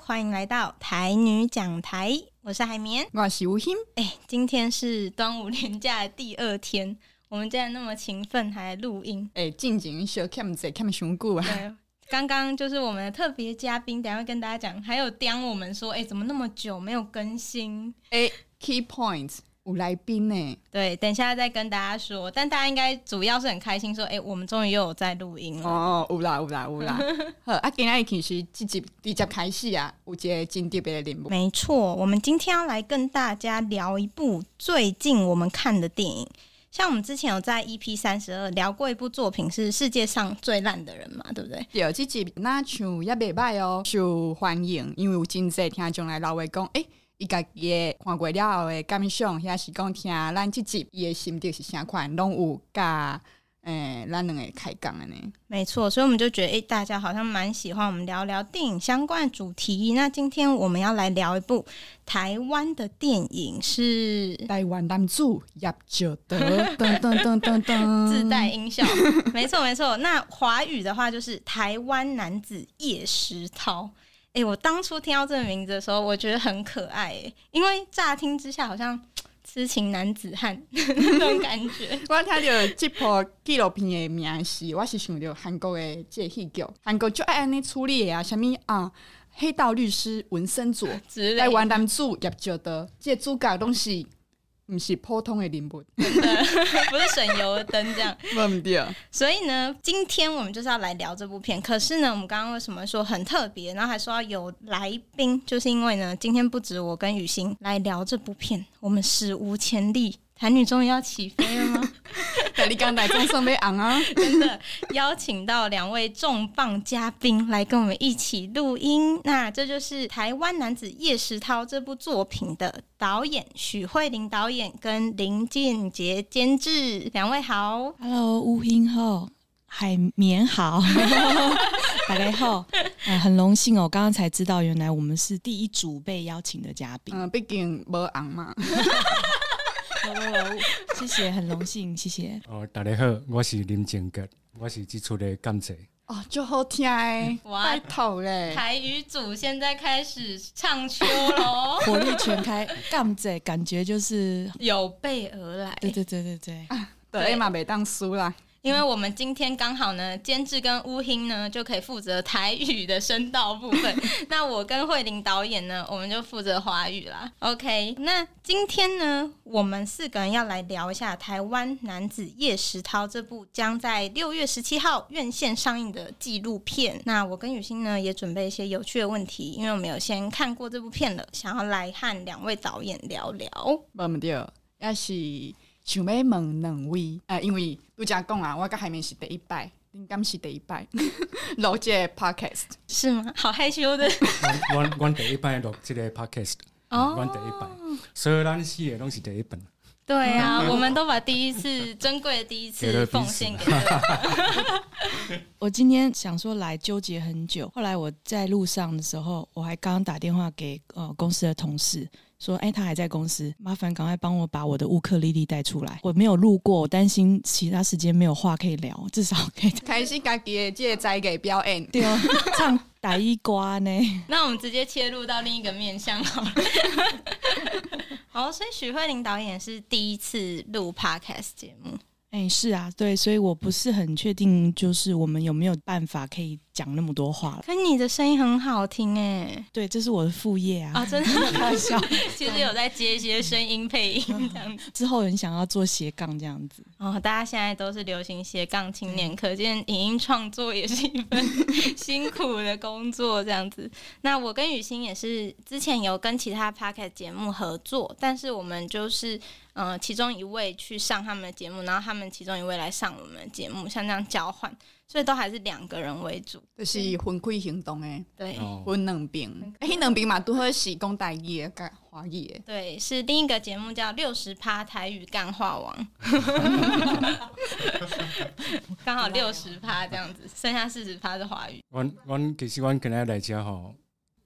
欢迎来到台女讲台，我是海绵， 我是吴欣。 今天是端午连假的第2天，我们竟然那么勤奋还来录音。 进前小欠者欠伤久啊。 对，刚刚就是我们的特别嘉宾，等一下会跟大家讲，还有刁我们说，怎么那么久没有更新 ？Key points 有来宾呢。 对，等一下再跟大家说，但大家应该主要是很开心说，我们终于又有在录音了。 哦，有啦。好，今天其实这集直接开始啊，有一个真特别的任务。 没错，我们今天要来跟大家聊一部最近我们看的电影。像我们之前有在 EP32 聊过一部作品是世界上最烂的人嘛，对不对？ 对，这集那像也袂歹哦，受欢迎，因为有真侪听众来老话讲，伊家己的看过了后的感想，遐是讲听咱这集伊的心得是啥款，拢有甲咱两个开讲的呢。 没错，所以我们就觉得大家好像蛮喜欢我们聊聊电影相关的主题。那今天我们要来聊一部台湾的电影，是台湾男主叶绍德，噔噔噔噔噔， 自带音效。没错。那华语的话就是台湾男子叶石涛。我当初听到这个名字的时候，我觉得很可爱因为乍听之下好像痴情男子汉那种感觉。 我听到这部纪录片的名是，我是想到韩国的这个戏剧，韩国就爱安尼处理的啊，什么啊，黑道律师文森佐，台湾男主叶绍德，这个主角都是不是普通的人物， 真的不是省油的灯这样。 不对。 所以呢，今天我们就是要来聊这部片。可是呢，我们刚刚为什么说很特别，然后还说要有来宾，就是因为呢，今天不止我跟雨欣来聊这部片，我们史无前例，台女终于要起飞了吗？ 你刚来中上要红啊！ 真的邀请到2位重磅嘉宾来跟我们一起录音。那这就是台湾男子叶石涛这部作品的导演许慧玲导演跟林建杰监制。2位好。 Hello， 吴欣好，海绵好。大家好，很荣幸哦，刚刚才知道原来我们是第一组被邀请的嘉宾。 毕竟没红嘛。 谢谢，很荣幸，谢谢。 大家好，我是林建杰，我是这出的监制。 就好听的，拜托嘞！ 台语组现在开始唱秋咯， 火力全开，干这感觉就是有备而来。 对， 对嘛，袂当输啦。 因为我们今天刚好呢，监制跟乌欣呢就可以负责台语的声道部分，那我跟慧玲导演呢，我们就负责华语啦。OK， 那今天呢，我们4个人要来聊一下台湾男子叶石涛这部将在6月17号院线上映的纪录片。那我跟雨欣呢也准备一些有趣的问题，因为我们有先看过这部片了，想要来和2位导演聊聊。 不对，也是想要问2位，因为拄则讲啊，我跟海绵是第一摆，恁敢是第一摆录这个 podcast 是吗？好害羞的。 我第一摆录这个 podcast，我第一摆，所以咱4个都是第一本。 对啊，我们都把珍贵的第一次奉献给对方。 我今天想说来纠结很久，后来我在路上的时候，我还刚刚打电话给公司的同事。说他还在公司，麻烦赶快帮我把我的乌克丽丽带出来。我没有录过，我担心其他时间没有话可以聊，至少可以开始自己的这个才艺表演。 对哦，唱台语歌呢。 那我们直接切入到另一个面向好了。好，所以许慧玲导演是第一次录 podcast 节目。 是啊，对，所以我不是很确定，就是我们有没有办法可以讲那么多话了。 可你的声音很好听对，这是我的副业啊。 真的开玩笑。 其实有在接一些声音配音这样子。 之后很想要做斜杠这样子。 大家现在都是流行斜杠青年，可见影音创作也是一份辛苦的工作这样子。那我跟雨欣也是之前有跟其他 podcast 节目合作，但是我们就是其中一位去上他们的节目，然后他们其中一位来上我们的节目，像这样交换，所以都还是2个人为主， 就是分开行动的。 对， 分2边，那2边嘛，都好是讲台语的跟华语的。 对，是另一个节目叫60%台语干话王，刚好60%这样子，剩下40%是华语。 其实我今天来这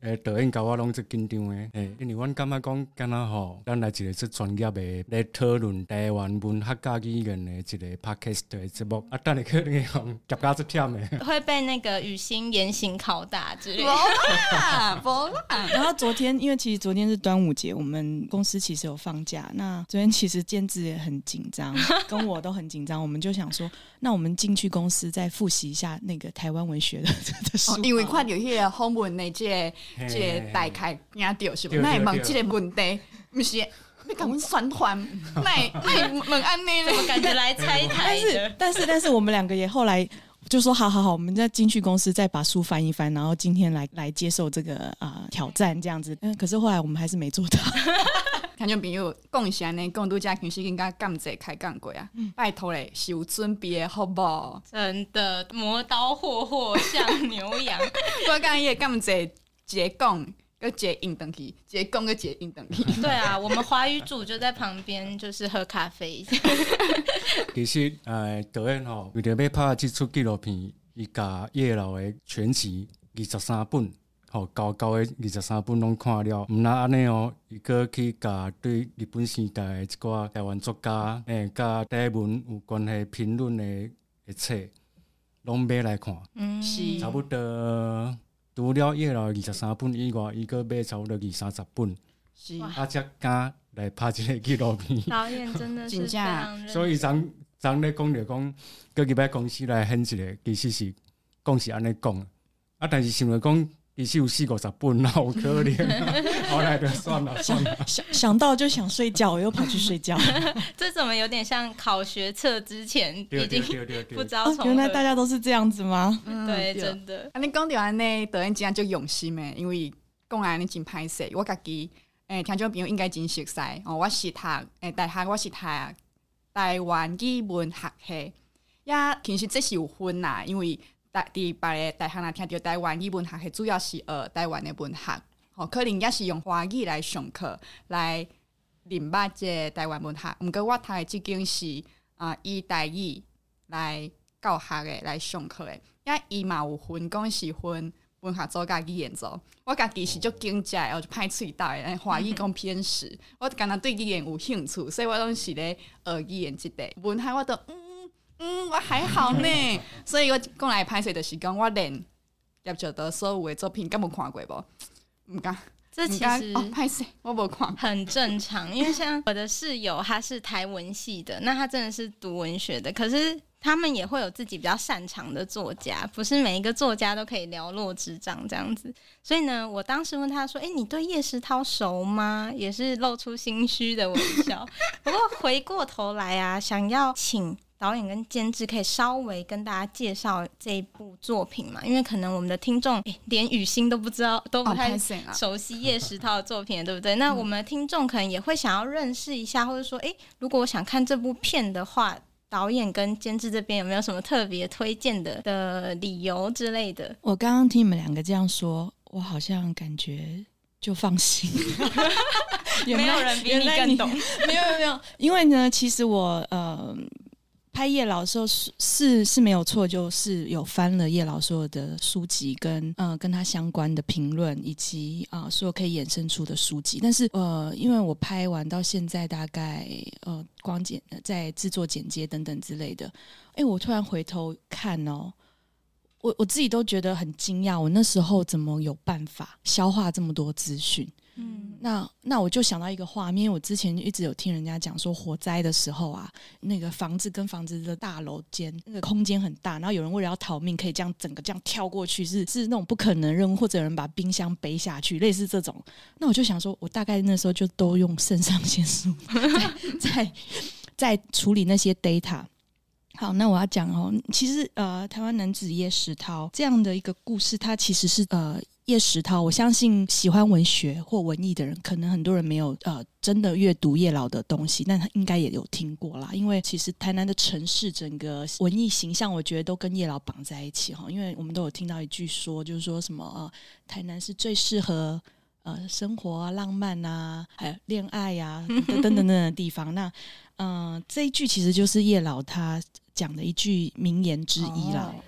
导演甲我拢最紧张的，因为阮感觉讲，敢若吼，咱来一个最专业的来讨论台湾文学甲语言的一个 podcast 的节目，等下可能会用夹到最忝的， 会被那个雨欣严刑拷打之类的。 不啦。 然后昨天，因为其实昨天是端午节，我们公司其实有放假。那昨天其实监制也很紧张，跟我都很紧张。我们就想说，那我们进去公司再复习一下那个台湾文学的书， 因为看到迄个访问的这个大概听到是不？那会问这个问题，不是？你讲阮宣传，那问安尼怎么感觉来拆台的？ 但是我们两个也后来就说好，我们再进去公司再把书翻一翻，然后今天来接受这个挑战这样子。可是后来我们还是没做到。 听众朋友讲是安尼，讲拄则其实应该感谢开讲过啊，拜托咧，是有准备的好无？ 真的磨刀霍向牛羊。 我讲伊会感谢一个讲。个一个应回去，一个讲个一个应回去。 对啊，我们华语组就在旁边，就是喝咖啡。 其实导演吼，为了要拍这出纪录片，伊甲叶老的全集23本，吼高的23本拢看了。毋但安尼哦，伊阁去甲对日本时代的一寡台湾作家，甲台文有关系评论的册，拢买来看。 是差不多。除了叶老23本以外，伊阁买差不多20-30本， 是才敢来拍这个纪录片。 导演真的是非常认真， 所以昨咧讲着讲，搁入来公司来演一个，其实是讲是安尼讲，但是想着讲，其实有40-50本，哪有可能？后来就算了。 想到就想睡觉，我又跑去睡觉。 这怎么有点像考学测之前已经不知道从何原来大家都是这样子吗？ 对，真的。 你讲到安尼，导演真正就用心的，因为讲安尼真歹势。我家己听众朋友应该真熟悉哦。我是读大学，我是读台湾语文学系，其实这是有分啦，因为伫别个大学若听到台湾语文学系，主要是学台湾的文学。可能也是用华语来上课来认捌这台湾文学，毋过我读的即间是以台语来教学的来上课的，伊嘛有分讲是分文学组甲语言组。我家己是足惊讶的，我就歹喙斗的，华语讲偏实，我敢若对语言有兴趣，所以我拢是咧学语言即块。文学我都我还好呢，所以我讲来歹势就是讲我连叶绍德所有的作品，敢有看过无？唔敢， 这其实歹势，我无看， 很正常。因为像我的室友，他是台文系的，那他真的是读文学的，可是他们也会有自己比较擅长的作家，不是每一个作家都可以了若指掌这样子。所以呢，我当时问他说：“你对叶石涛熟吗？”也是露出心虚的微笑。不过回过头来啊，想要请导演跟监制可以稍微跟大家介绍这一部作品嘛？因为可能我们的听众连雨欣都不知道，都不太熟悉叶石涛的作品，对不对？那我们的听众可能也会想要认识一下，或者说，如果我想看这部片的话，导演跟监制这边有没有什么特别推荐的理由之类的？ 我刚刚听你们两个这样说，我好像感觉就放心没有人比你更懂。 没有，因为呢，其实我拍叶老的时候是没有错，就是有翻了叶老所有的书籍跟他相关的评论，以及所有可以衍生出的书籍。但是因为我拍完到现在大概光在制作剪接等等之类的，我突然回头看哦，我自己都觉得很惊讶，我那时候怎么有办法消化这么多资讯？那我就想到一个画面，我之前一直有听人家讲说，火灾的时候啊，那个房子跟房子的大楼间那个空间很大，然后有人为了要逃命，可以这样整个这样跳过去，是那种不可能任务，或者有人把冰箱背下去，类似这种。那我就想说，我大概那时候就都用肾上腺素在处理那些 data。好，那我要讲哦，其实台湾男子叶石涛这样的一个故事，它其实是叶石涛，我相信喜欢文学或文艺的人，可能很多人没有真的阅读叶老的东西，但他应该也有听过啦。因为其实台南的城市整个文艺形象，我觉得都跟叶老绑在一起哈。因为我们都有听到一句说，就是说什么台南是最适合生活啊、浪漫啊、还有恋爱啊等等的地方。那这一句其实就是叶老他讲的一句名言之一啦。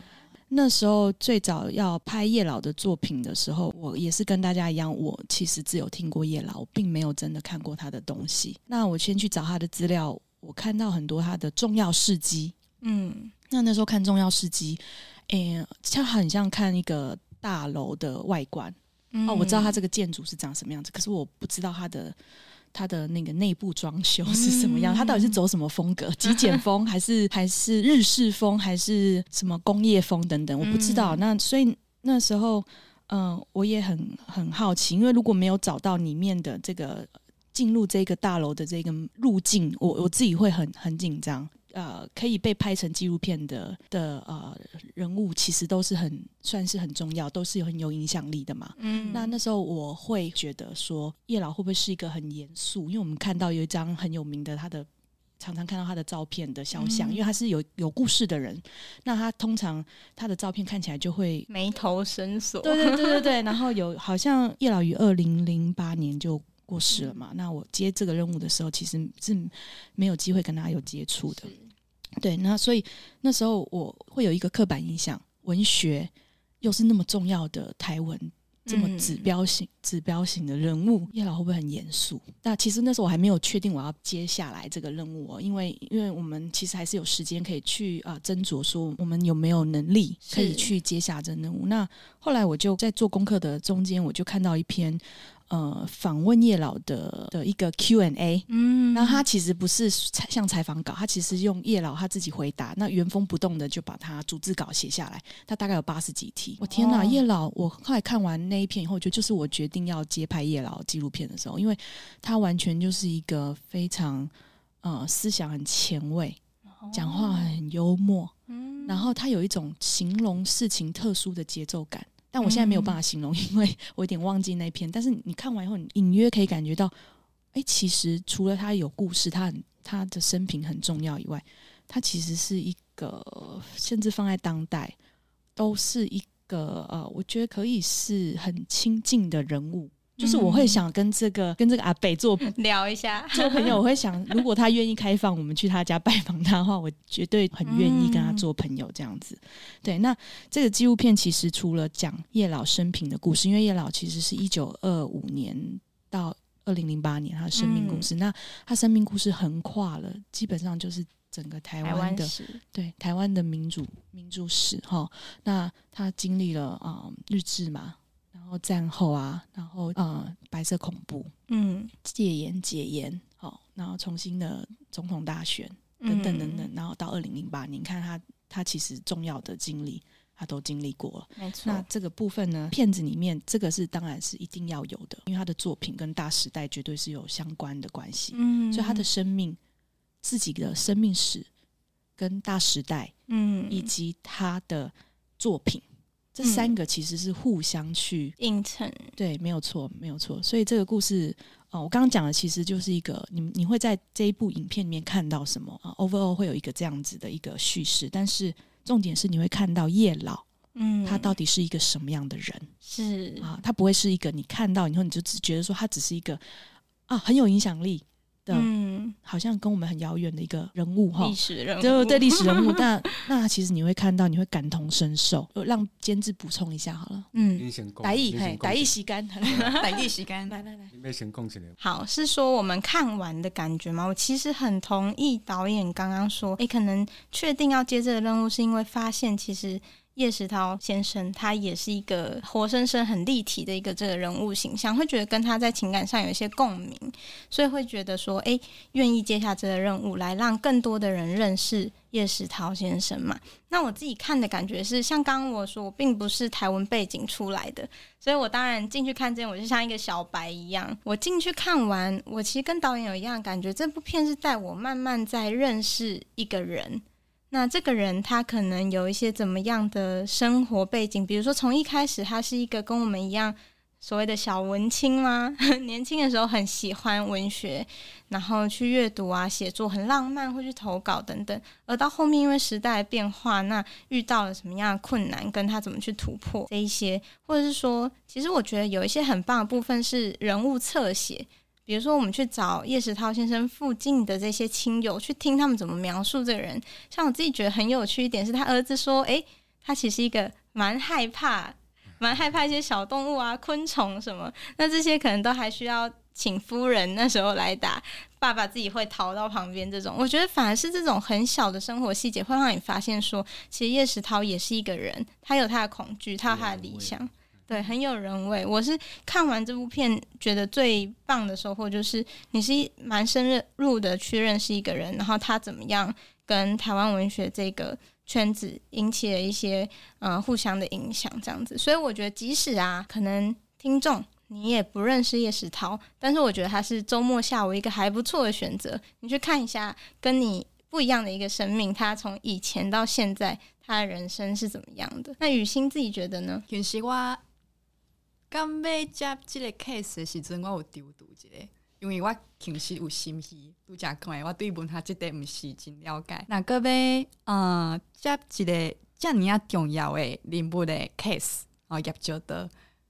那时候最早要拍叶老的作品的时候，我也是跟大家一样，我其实只有听过叶老，我并没有真的看过他的东西。那我先去找他的资料，我看到很多他的重要事迹。那时候看重要事迹，它很像看一个大楼的外观。我知道他这个建筑是长什么样子，可是我不知道他的那个内部装修是什么样，他到底是走什么风格，极简风还是日式风，还是什么工业风等等，我不知道。那所以那时候我也很好奇，因为如果没有找到里面的这个进入这个大楼的这个路径，我自己会很紧张。可以被拍成纪录片的人物，其实都是算是很重要，都是很有影响力的嘛。那时候我会觉得说，叶老会不会是一个很严肃？因为我们看到有一张很有名的，常常看到他的照片的肖像，因为他是有故事的人。那他通常他的照片看起来就会眉头深锁。 对。然后好像叶老于2008年就过世了嘛。那我接这个任务的时候，其实是没有机会跟他有接触的。对，那所以那时候我会有一个刻板印象，文学又是那么重要的台文，这么指标型的人物，叶老会不会很严肃？那其实那时候我还没有确定我要接下来这个任务因为我们其实还是有时间可以去斟酌说我们有没有能力可以去接下这任务。那后来我就在做功课的中间，我就看到一篇访问叶老的一个 Q&A， 那他其实不是像采访稿，他其实用叶老他自己回答，那原封不动的就把他逐字稿写下来，他大概有80几题。我天哪，叶老！我后来看完那一篇以后，就是我决定要接拍叶老纪录片的时候，因为他完全就是一个非常思想很前卫，讲话很幽默，然后他有一种形容事情特殊的节奏感。但我现在没有办法形容，因为我有点忘记那篇。但是你看完以后，你隐约可以感觉到，其实除了他有故事，他的生平很重要以外，他其实是一个，甚至放在当代，都是一个我觉得可以是很亲近的人物。就是我会想跟这个阿北聊一下做朋友，我会想如果他愿意开放我们去他家拜访他的话，我绝对很愿意跟他做朋友这样子。对，那这个纪录片其实除了讲叶老生平的故事，因为叶老其实是1925年到2008年他的生命故事，那他生命故事横跨了基本上就是整个台湾的对台湾的民主史哈。那他经历了日治嘛，然后战后然后白色恐怖，戒严解严，然后重新的总统大选等等，然后到2008年，你看他其实重要的经历他都经历过了， 没错。 那这个部分呢，片子里面这个是当然是一定要有的，因为他的作品跟大时代绝对是有相关的关系，所以他的自己的生命史跟大时代，以及他的作品。这三个其实是互相去映衬， 对，没有错。所以这个故事，我刚刚讲的其实就是一个，你会在这一部影片里面看到什么overall 会有一个这样子的一个叙事，但是重点是你会看到叶老，他到底是一个什么样的人？ 是他不会是一个你看到以后你就只觉得说他只是一个很有影响力的，好像跟我们很遥远的一个人物历史人物， 对历史人物。那其实你会看到，你会感同身受。让监制补充一下好了。台语时间， 台语时间， 来， 你要先讲一下。 好，是说我们看完的感觉吗？我其实很同意导演刚刚说，可能确定要接这个任务，是因为发现其实叶石涛先生他也是一个活生生很立体的一个这个人物形象，会觉得跟他在情感上有一些共鸣，所以会觉得说愿意接下这个任务来让更多的人认识叶石涛先生嘛。那我自己看的感觉是，像刚刚我说我并不是台湾背景出来的，所以我当然进去看之前我就像一个小白一样，我进去看完，我其实跟导演有一样的感觉，这部片是带我慢慢在认识一个人。那这个人他可能有一些怎么样的生活背景，比如说从一开始他是一个跟我们一样所谓的小文青吗？年轻的时候很喜欢文学，然后去阅读写作很浪漫，会去投稿等等，而到后面因为时代的变化，那遇到了什么样的困难，跟他怎么去突破这一些，或者是说其实我觉得有一些很棒的部分是人物侧写，比如说我们去找叶石涛先生附近的这些亲友，去听他们怎么描述这个人。像我自己觉得很有趣一点是他儿子说他其实是一个蛮害怕一些小动物啊、昆虫什么，那这些可能都还需要请夫人那时候来打，爸爸自己会逃到旁边这种。我觉得反而是这种很小的生活细节会让你发现说，其实叶石涛也是一个人，他有他的恐惧，他有他的理想，对，很有人味。我是看完这部片觉得最棒的收获就是你是蛮深入的去认识一个人，然后他怎么样跟台湾文学这个圈子引起了一些互相的影响这样子。所以我觉得即使可能听众你也不认识叶石涛，但是我觉得他是周末下午一个还不错的选择，你去看一下跟你不一样的一个生命，他从以前到现在他的人生是怎么样的。那雨欣自己觉得呢？ 其实我刚要接这个 case 的时阵，我有丢读一个，因为我其实有心虚，拄则讲的，我对文学这块不是真了解。那个要接一个这么啊重要的人物的 case， 业就的，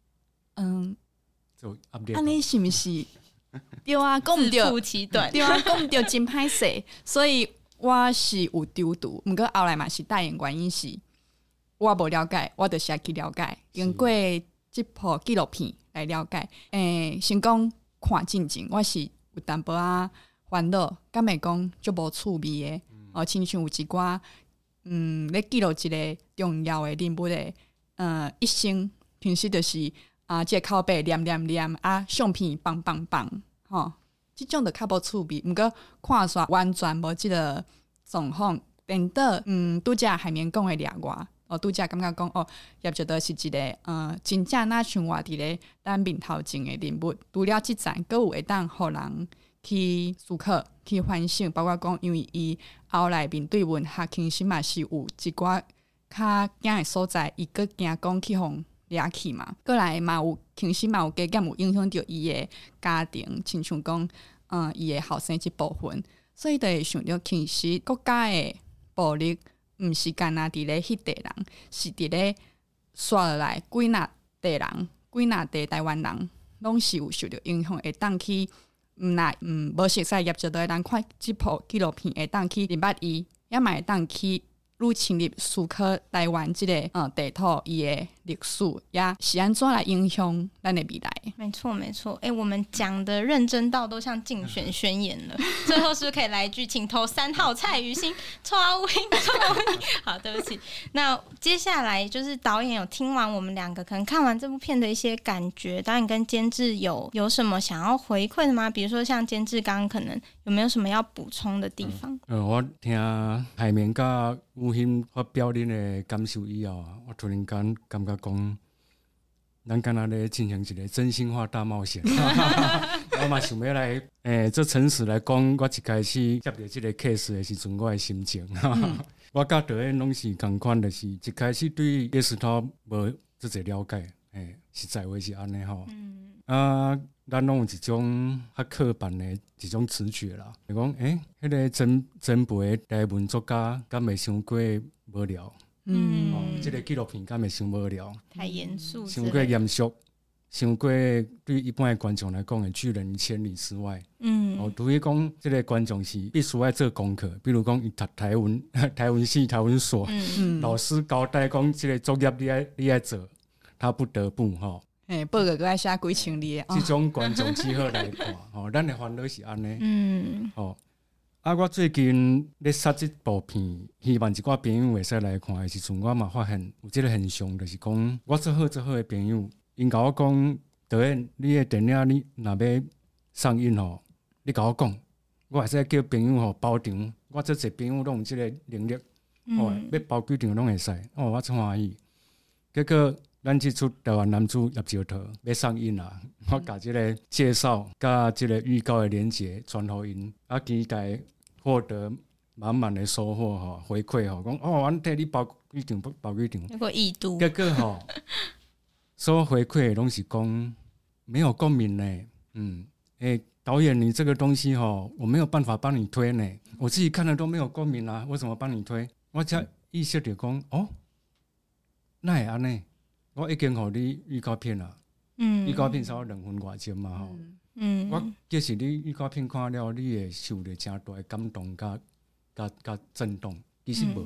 安尼是不是？对啊，讲唔到，对啊，讲唔到真歹势，所以我是有丢读，不过后来嘛是代言原因是我无了解，我就是要去了解，经过这部纪录片来了解。先讲看进前，我是有淡薄烦恼，敢会讲足无趣味的，亲像有一寡咧记录一个重要的人物的一生，平时就是这个口碑念相片棒吼，这种就较无趣味。毋过看煞完全无这个状况，变得拄则海绵讲的掠我，拄则感觉讲也觉得是一个真正那像活伫咧咱面头前的人物。除了即站，佫有会当互人去思考、去反省，包括讲，因为伊后来面对文学，其实嘛是有一寡较惊的所在，伊佫惊讲去互掠去嘛。过来嘛有，其实嘛有加减有影响到伊的家庭，亲像讲伊的后生即部分，所以就会想到，其实国家的暴力毋是干那伫咧迄地人，是伫咧刷落来几若地人，几若地台湾人，拢是有受到影响，会当去无熟悉业就都会当看即部纪录片，会当去明白伊，也嘛会当去愈深入思考台湾即个地图伊的历史，也是安怎来影响咱的未来。 没错没错，我们讲的认真到都像竞选宣言了。最后是不是可以来一句，请投3号蔡雨欣，臭阿乌英，臭阿乌英。好，对不起。那接下来就是导演有听完我们两个可能看完这部片的一些感觉，导演跟监制有什么想要回馈的吗？比如说像监制刚刚可能有没有什么要补充的地方？ 我听海绵甲吴欣发表恁的感受以后我突然间感觉讲，咱敢若咧进行一个真心话大冒险。我嘛想要来，做诚实来讲，我一开始接到这个 case 的时阵，我的心情。我甲导演拢是同款，就是一开始对叶石涛无这侪了解，实在话是安尼吼。咱拢有一种较刻板的一种直觉啦，就讲迄个真培台文作家，敢袂伤过无聊？这个纪录片敢会伤无聊？ 太严肃， 伤过严肃，伤过对一般的观众来讲会拒人千里之外。除非讲这个观众是必须要做功课，比如讲伊读台文系、台文所，老师交代讲这个作业你爱做，他不得不报告爱写几千字的， 这种观众只好来看。咱的烦恼是安尼。我最近咧杀这部片，希望一寡朋友会使来看的时阵，我嘛发现有这个现象，就是讲我做好的朋友，因甲我讲，导演，你的电影你若要上映你甲我讲，我会使叫朋友包场。我这些朋友拢有这个能力，要包几场拢会使。我真欢喜。结果咱这出台湾男主叶石涛要上映啦，我甲这个介绍甲这个预告的连结传互因，期待获得满满的收获回馈讲阮替你包几场， 结果已读， 结果所有回馈拢是讲没有共鸣呢。导演你这个东西我没有办法帮你推呢，我自己看了都没有共鸣啊，为什么帮你推？我才意识到讲那会安尼，我已经给你预告片啦，预告片差不多2分外钟嘛我其实你预告片看了，你会受到真大的感动甲震动，其实无，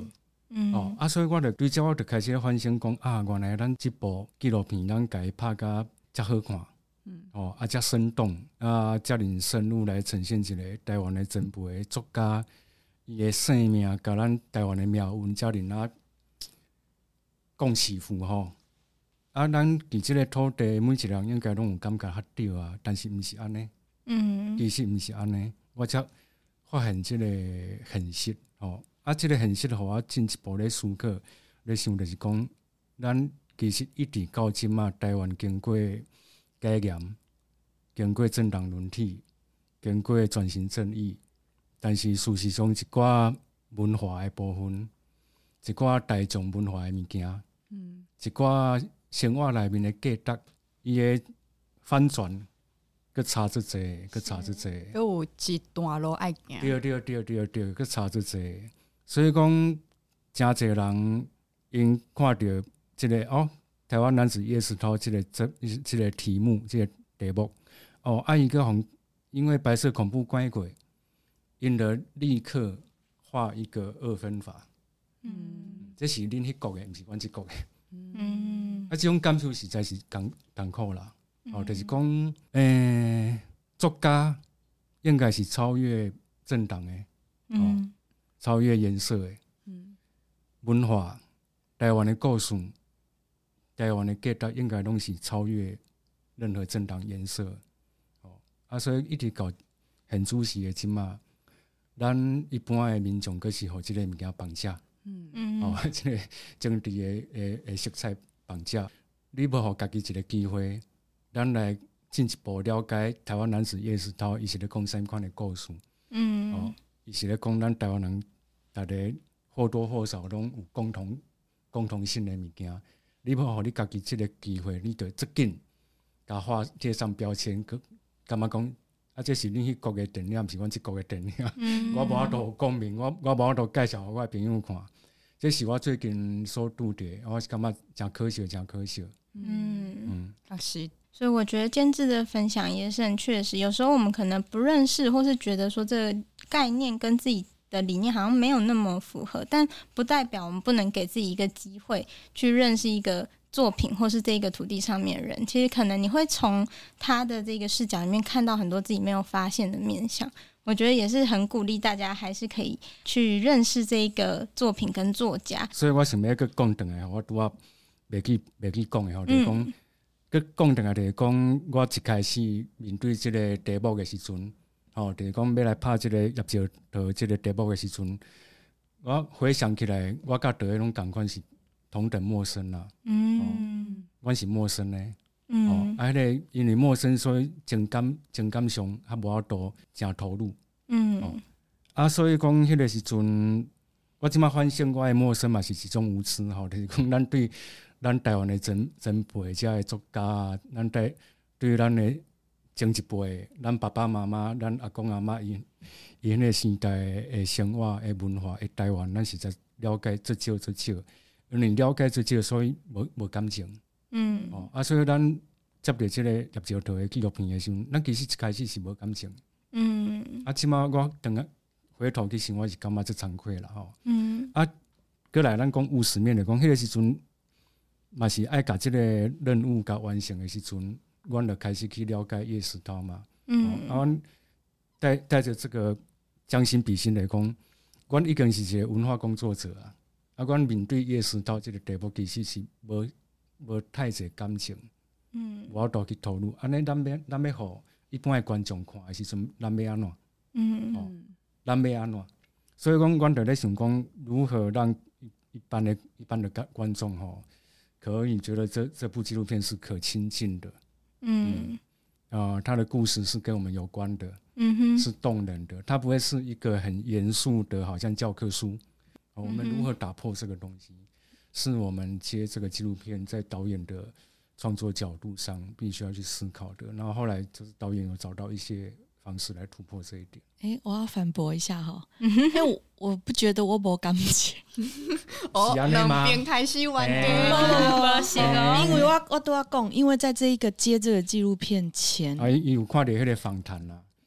所以我就对这我就开始反省讲原来咱这部纪录片咱家拍甲遮好看，遮生动遮尔深入来呈现一个台湾的前辈的作家，伊的生命甲咱台湾的命运遮尔讲师傅吼。咱伫即个土地，每一个人应该拢有感觉较对啊，但是毋是安尼，其实毋是安尼，我才发现即个现实即个现实互我进一步咧思考，咧想就是讲，咱其实一直到即嘛，台湾经过改严，经过政党轮替，经过转型正义，但是事实上一寡文化的部分，一寡大众文化的物件，一寡生活内面的价值，伊的反转，佮差足济，佮差足济， 有一段路爱行。 对，佮差足济。所以讲，真侪人因看到这个台湾男子夜市头这个题目，这个题目伊个红，因为白色恐怖关过，因得立刻画一个2分法。这是恁迄国的，毋是阮这国的。这种感受实在是艰苦啦。就是讲，作家应该是超越政党的，超越颜色的，文化，台湾的故事，台湾的价值应该拢是超越任何政党颜色。所以一直到现主时的即嘛，咱一般的民众阁是互即个物件绑架。即个政治的色彩绑架，你无互家己一个机会，咱来进一步了解台湾男子夜市头，伊是咧讲啥款的故事。伊是咧讲咱台湾人大家或多或少拢有共同性的物件。你无互你家己即个机会，你就足紧甲画贴上标签，感觉讲这是恁迄国的电影，毋是阮即国的电影。我无法度讲明，我无法度介绍互我的朋友看。这是我最近所拄着，我是感觉真可惜，真可惜。 是。 所以我觉得监制的分享也是很确实。有时候我们可能不认识，或是觉得说这个概念跟自己的理念好像没有那么符合，但不代表我们不能给自己一个机会去认识一个作品或是这个土地上面的人。其实可能你会从他的这个视角里面看到很多自己没有发现的面向。我觉得也是很鼓励大家还是可以去认识这个作品跟作家。 所以我想要去讲回来，我拄仔袂去讲的就是讲去讲回来就是讲，我一开始面对这个题目的时阵，就是讲要来拍这个叶石头这个题目的时阵，我回想起来，我甲德迄种感官是同等陌生啦。我是陌生的。迄个因为陌生，所以情感上还无法度真投入。所以讲迄个时阵，我即马反省我的陌生嘛是一种无知就是讲咱对咱台湾的前辈遮的作家咱对咱的前一辈，咱爸爸妈妈、咱阿公阿嬷因迄个时代的生活、的文化、的台湾，咱实在了解足少，因为了解足少，所以无感情。所以咱接到这个叶石头的纪录片的时候，咱其实一开始是无感情。即马我等下回头去想，我是感觉足惭愧啦过来咱讲务实面的讲，迄个时阵嘛是爱甲这个任务甲完成的时阵，阮就开始去了解叶石涛嘛。阮带着这个将心比心来讲，阮已经是一个文化工作者阮面对叶石涛这个题目，其实是无太侪感情，我都去投入。安尼咱要互一般的观众看的时阵，咱要安怎？咱要安怎？所以讲，阮就咧想讲，如何让一般的观众可以觉得这部纪录片是可亲近的。他的故事是跟我们有关的，是动人的，它不会是一个很严肃的，好像教科书。我们如何打破这个东西？是我们接这个纪录片在导演的创作角度上必须要去思考的。然后后来就是导演有找到一些方式来突破这一点。 我要反驳一下因为我不觉得我没感情。 两边开始玩因为我都要讲，因为在这个接这个纪录片前， 有看到那个访谈啦。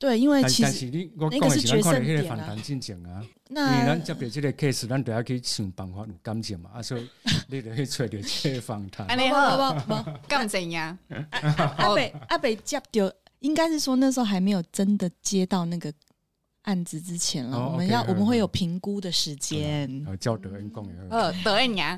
对，因为其但是我讲的是咱看迄个反弹进程啊，因为咱接到这个 case， 咱就要去想办法有感情嘛，所以你就去找到这个访谈。 安尼好，干怎样？ 阿北接到，应该是说那时候还没有真的接到那个案子之前了，我们会有评估的时间。 叫德恩讲的，德恩呀。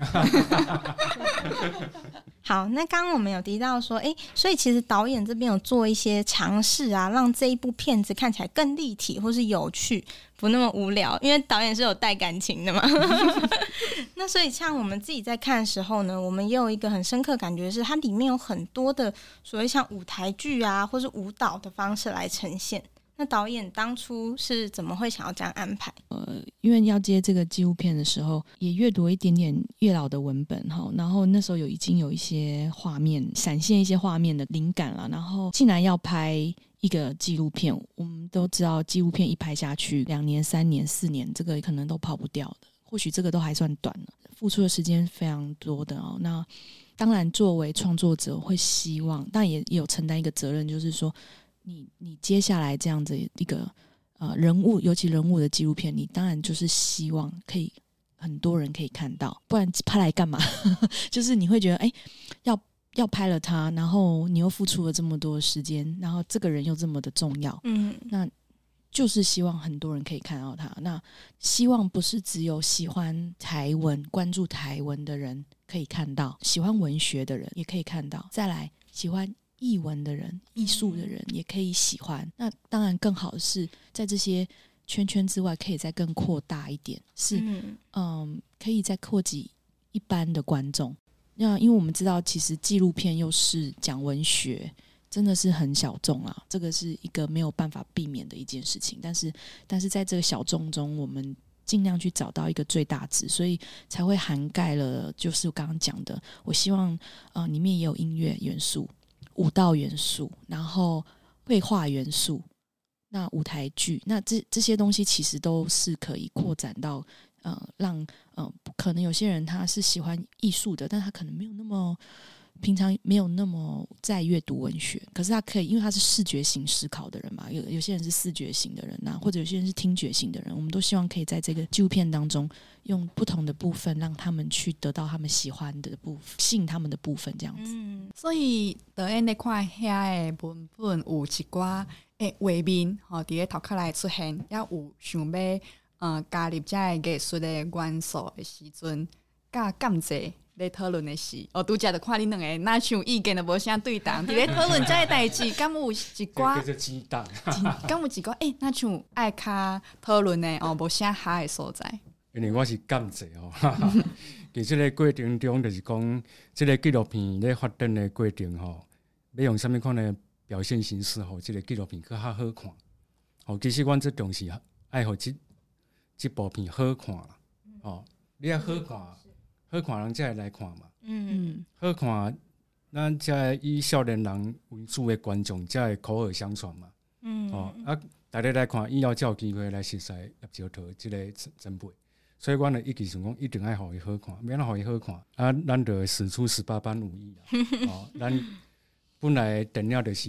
好，那刚刚我们有提到说，所以其实导演这边有做一些尝试啊，让这一部片子看起来更立体或是有趣，不那么无聊，因为导演是有带感情的嘛。那所以像我们自己在看的时候呢，我们也有一个很深刻感觉是，它里面有很多的所谓像舞台剧啊，或是舞蹈的方式来呈现。那导演当初是怎么会想要这样安排？ 因为要接这个纪录片的时候，也阅读一点点月老的文本哈，然后那时候已经有一些画面闪现一些画面的灵感了，然后既然要拍一个纪录片，我们都知道纪录片一拍下去2年3年4年，这个可能都跑不掉的，或许这个都还算短了，付出的时间非常多的哦。那当然作为创作者会希望，但也有承担一个责任，就是说你接下来这样子一个人物，尤其人物的纪录片，你当然就是希望可以很多人可以看到，不然拍来干嘛？就是你会觉得要拍了他，然后你又付出了这么多的时间，然后这个人又这么的重要，那就是希望很多人可以看到他。那希望不是只有喜欢台文、关注台文的人可以看到，喜欢文学的人也可以看到，再来喜欢艺文的人、艺术的人也可以喜欢。那当然更好的是在这些圈圈之外可以再更扩大一点，是可以再扩及一般的观众。那因为我们知道其实纪录片又是讲文学，真的是很小众啊，这个是一个没有办法避免的一件事情，但是在这个小众中我们尽量去找到一个最大值，所以才会涵盖了就是我刚刚讲的，我希望里面也有音乐元素、舞蹈元素，然后绘画元素，那舞台剧，那这些东西其实都是可以扩展到让可能有些人他是喜欢艺术的，但他可能没有那么平常没有那么在阅读文学，可是他可以，因为他是视觉型思考的人嘛，有些人是视觉型的人啊，或者有些人是听觉型的人，我们都希望可以在这个纪录片当中用不同的部分让他们去得到他们喜欢的部分，吸引他们的部分这样子。 所以导演在看遐的文本有一寡画面伫咧头壳内出现，也有想要加入这个艺术的元素的时阵，甲感谢咧讨论的是，拄则就看你两个哪像意见都无啥对同，伫咧讨论这个代志，敢有一寡，敢有一寡哪像爱较讨论的无啥哈的所在。 因为我是感谢在这个过程中，就是讲这个纪录片咧发展的过程要用什么款的表现形式这个纪录片更较好看。其实阮最重视爱互这部片好看啦。你要好看人才会来看嘛。好看，咱才以少年人为主的观众才会口耳相传嘛。大家来看以后才有机会来熟悉叶石涛这个前辈。所以，阮的一直想讲，一定要互伊好看，免互伊好看咱就会使出18般武艺啦。咱本来电影就是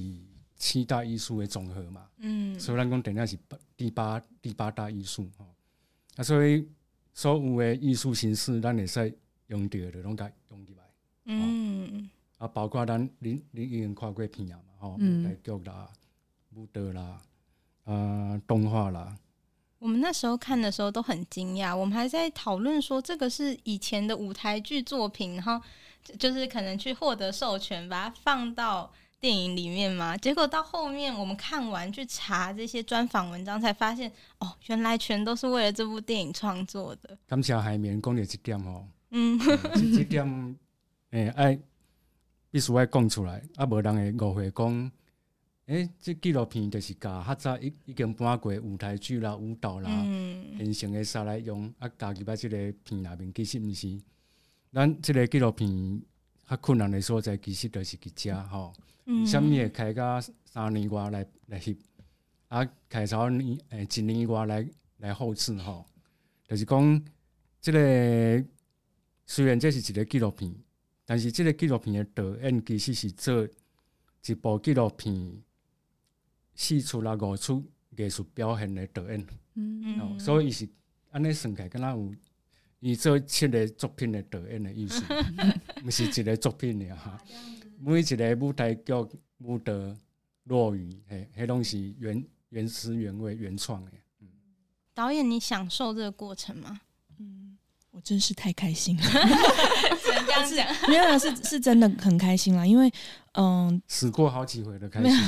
7大艺术的总和嘛。所以咱讲电影是第八大艺术所以所有的艺术形式，咱会使用到的，拢甲用入来。包括咱恁已经看过片嘛，舞台剧啦、舞蹈啦、动画啦。 我们那时候看的时候都很惊讶，我们还在讨论说这个是以前的舞台剧作品，然后就是可能去获得授权，把它放到电影里面嘛。结果到后面我们看完去查这些专访文章，才发现原来全都是为了这部电影创作的。 感谢海绵讲的这点这点爱必须要讲出来，无人会误会讲。这纪录片就是甲较早已经搬过舞台剧啦、舞蹈啦、现成的啥来用，加入在这个片内面，其实毋是。咱这个纪录片较困难的所在，其实就是伫遮为什么会开到3年外来翕，开超1年外来后置就是讲这个虽然这是一个纪录片，但是这个纪录片的导演其实是做一部纪录片。 4出啦5出艺术表现的导演，所以伊是安尼算起来，敢若有伊做7个作品的导演的意思，不是一个作品尔哈。每一个舞台剧、舞蹈、落语，迄拢是原汁原味、原创的。 导演，你享受这个过程吗？ 我真是太开心了， 只能这样讲。 没有是真的很开心啦，因为死过好几回的开心。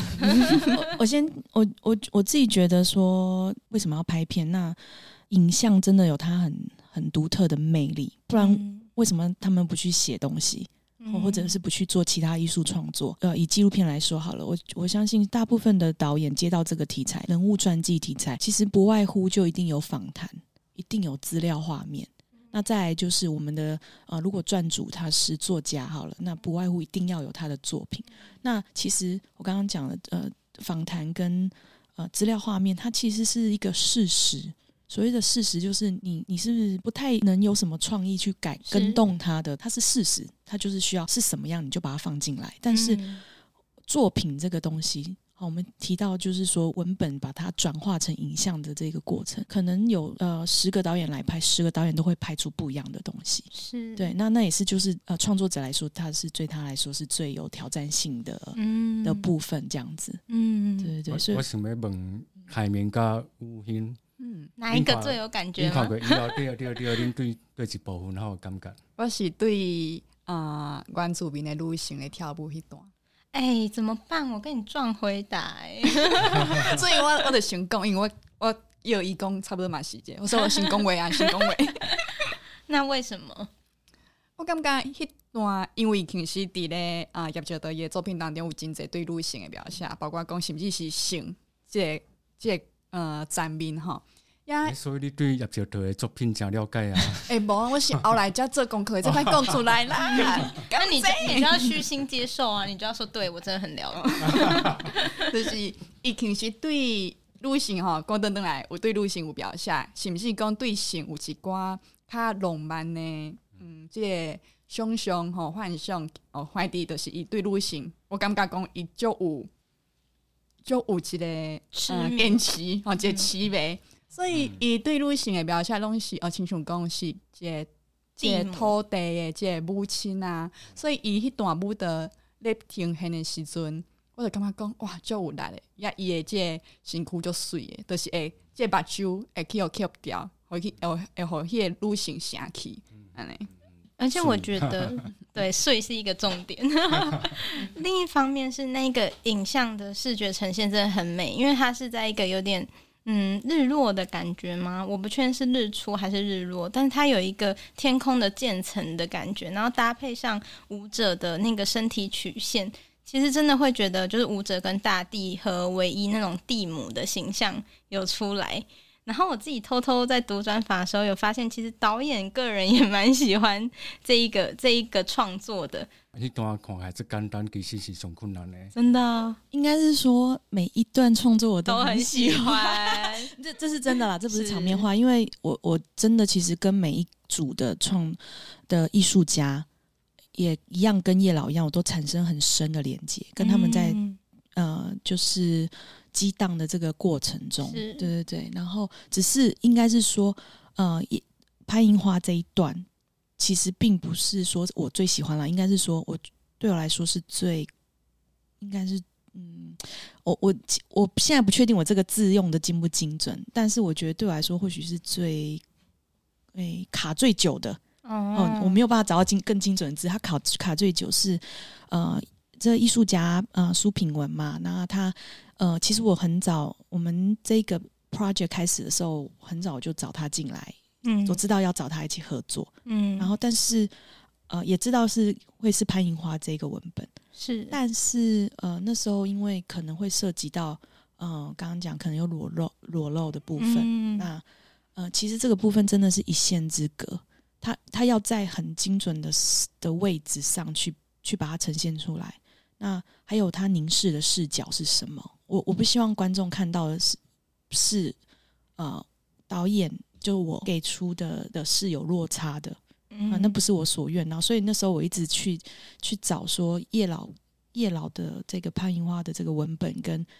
我自己觉得说，为什么要拍片？那影像真的有它很独特的魅力，不然为什么他们不去写东西？或者是不去做其他艺术创作？以纪录片来说好了，我相信大部分的导演接到这个题材，人物传记题材，其实不外乎就一定有访谈，一定有资料画面。那再来就是我们的如果传主他是作家好了，那不外乎一定要有他的作品。那其实我刚刚讲的访谈跟资料画面，它其实是一个事实。所谓的事实就是你是不是不太能有什么创意去跟动它的，它是事实，它就是需要是什么样你就把它放进来。但是作品这个东西，我们提到就是说文本把它转化成影像的这个过程，可能有10个导演来拍，10个导演都会拍出不一样的东西。 是对，那也是就是创作者来说，对他来说是最有挑战性的的部分，这样子。对对对。所以我想要问海绵甲吴欣。 哪一个最有感觉吗？ 你看过以后，对，恁对一部分好有感觉？ 我是对原住民的女性的跳舞迄段。 怎么办？我跟你撞回答所以我就先讲，因为我有伊讲差不多嘛时间，所以我先讲话啊，先讲话。 那为什么？ 我感觉迄段，因为其实伫咧叶石导伊的作品当中有真侪对女性的描写，包括讲甚至是性这层面吼。 所以你对叶石导的作品真了解啊？ 无，我是后来才做功课，才讲出来啦。 那你就要虚心接受啊！你就要说，对我真的很了解。 就是伊其实对女性吼，讲转来有对女性有描写，是毋是讲对性有一寡较浪漫的这个想象吼幻想反正就是伊对女性，我感觉讲伊就有一个坚持一个痴迷。所以伊对女性的描写拢是亲像讲是一个土地的这个母亲啊，所以伊迄段舞蹈咧呈现的时阵，我就感觉讲哇，足有力的，伊的这个身躯足水的，就是会这目睭会去吸掉，会互迄个女性生气安尼。 而且我觉得，对，水是一个重点。另一方面是那个影像的视觉呈现真的很美，因为它是在一个有点日落的感觉吗？我不确定是日出还是日落，但是它有一个天空的渐层的感觉，然后搭配上舞者的那个身体曲线，其实真的会觉得就是舞者跟大地合为一那种地母的形象有出来。然后我自己偷偷在读专访的时候有发现，其实导演个人也蛮喜欢这一个创作的。 那段看还是简单，其实是上困难的。 真的， 应该是说每一段创作我都很喜欢。 这是真的啦，这不是场面话，因为我真的其实跟每一组的艺术家也一样，跟叶老一样，我都产生很深的连接，跟他们在就是激荡的这个过程中，对对对，然后只是应该是说，拍樱花这一段，其实并不是说我最喜欢啦，应该是说对我来说是最，应该是我现在不确定我这个字用的精不精准，但是我觉得对我来说或许是最卡最久的我没有办法找到更精准的字，它卡最久是这艺术家苏品文嘛，那他其实我很早，我们这个 project 开始的时候，很早就找他进来，我知道要找他一起合作，然后但是也知道会是潘银花这个文本， 是， 但是那时候因为可能会涉及到刚刚讲可能有裸露的部分，那其实这个部分真的是一线之隔，他要在很精准的位置上去把它呈现出来。那还有他凝视的视角是什么？我不希望观众看到的是导演就我给出的是有落差的，那不是我所愿。然后所以那时候我一直去找说叶老的这个潘银花的这个文本跟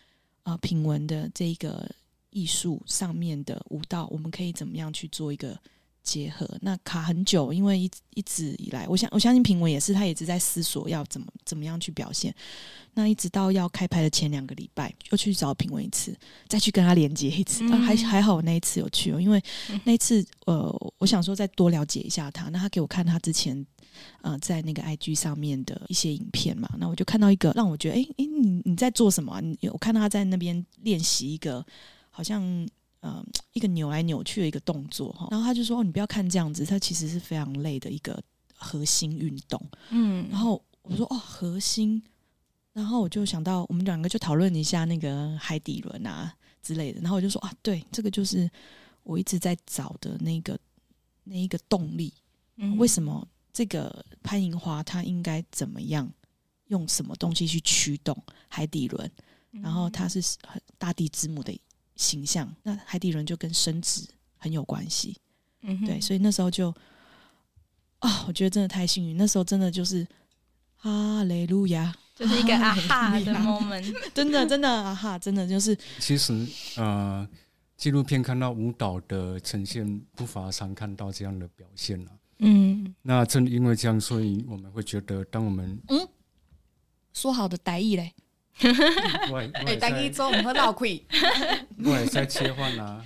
品文的这个艺术上面的舞蹈，我们可以怎么样去做一个结合？那卡很久，因为一直以来，我相信品文也是，他也一直在思索要怎么样去表现。那一直到要开拍的前2个礼拜，又去找品文一次，再去跟他连接一次。还好我那一次有去，因为那一次我想说再多了解一下他。那他给我看他之前在那个 IG 上面的一些影片嘛，那我就看到一个让我觉得你在做什么啊？我看到他在那边练习一个好像一个扭来扭去的一个动作，然后他就说你不要看这样子，它其实是非常累的一个核心运动。然后我说核心，然后我就想到我们2个就讨论一下那个海底轮啊之类的，然后我就说对，这个就是我一直在找的那一个动力。为什么这个潘银花它应该怎么样用什么东西去驱动海底轮？然后它是大地之母的形象，那海底轮就跟生殖很有关系。对，所以那时候就我觉得真的太幸运，那时候真的就是哈雷路亚， 就是一个啊哈的 moment。 真的啊哈，真的就是其实纪录片看到舞蹈的呈现，不乏常看到这样的表现啊。那正因为这样，所以我们会觉得当我们说好的台语嘞， 台语做唔好闹开， 我也在切换啊，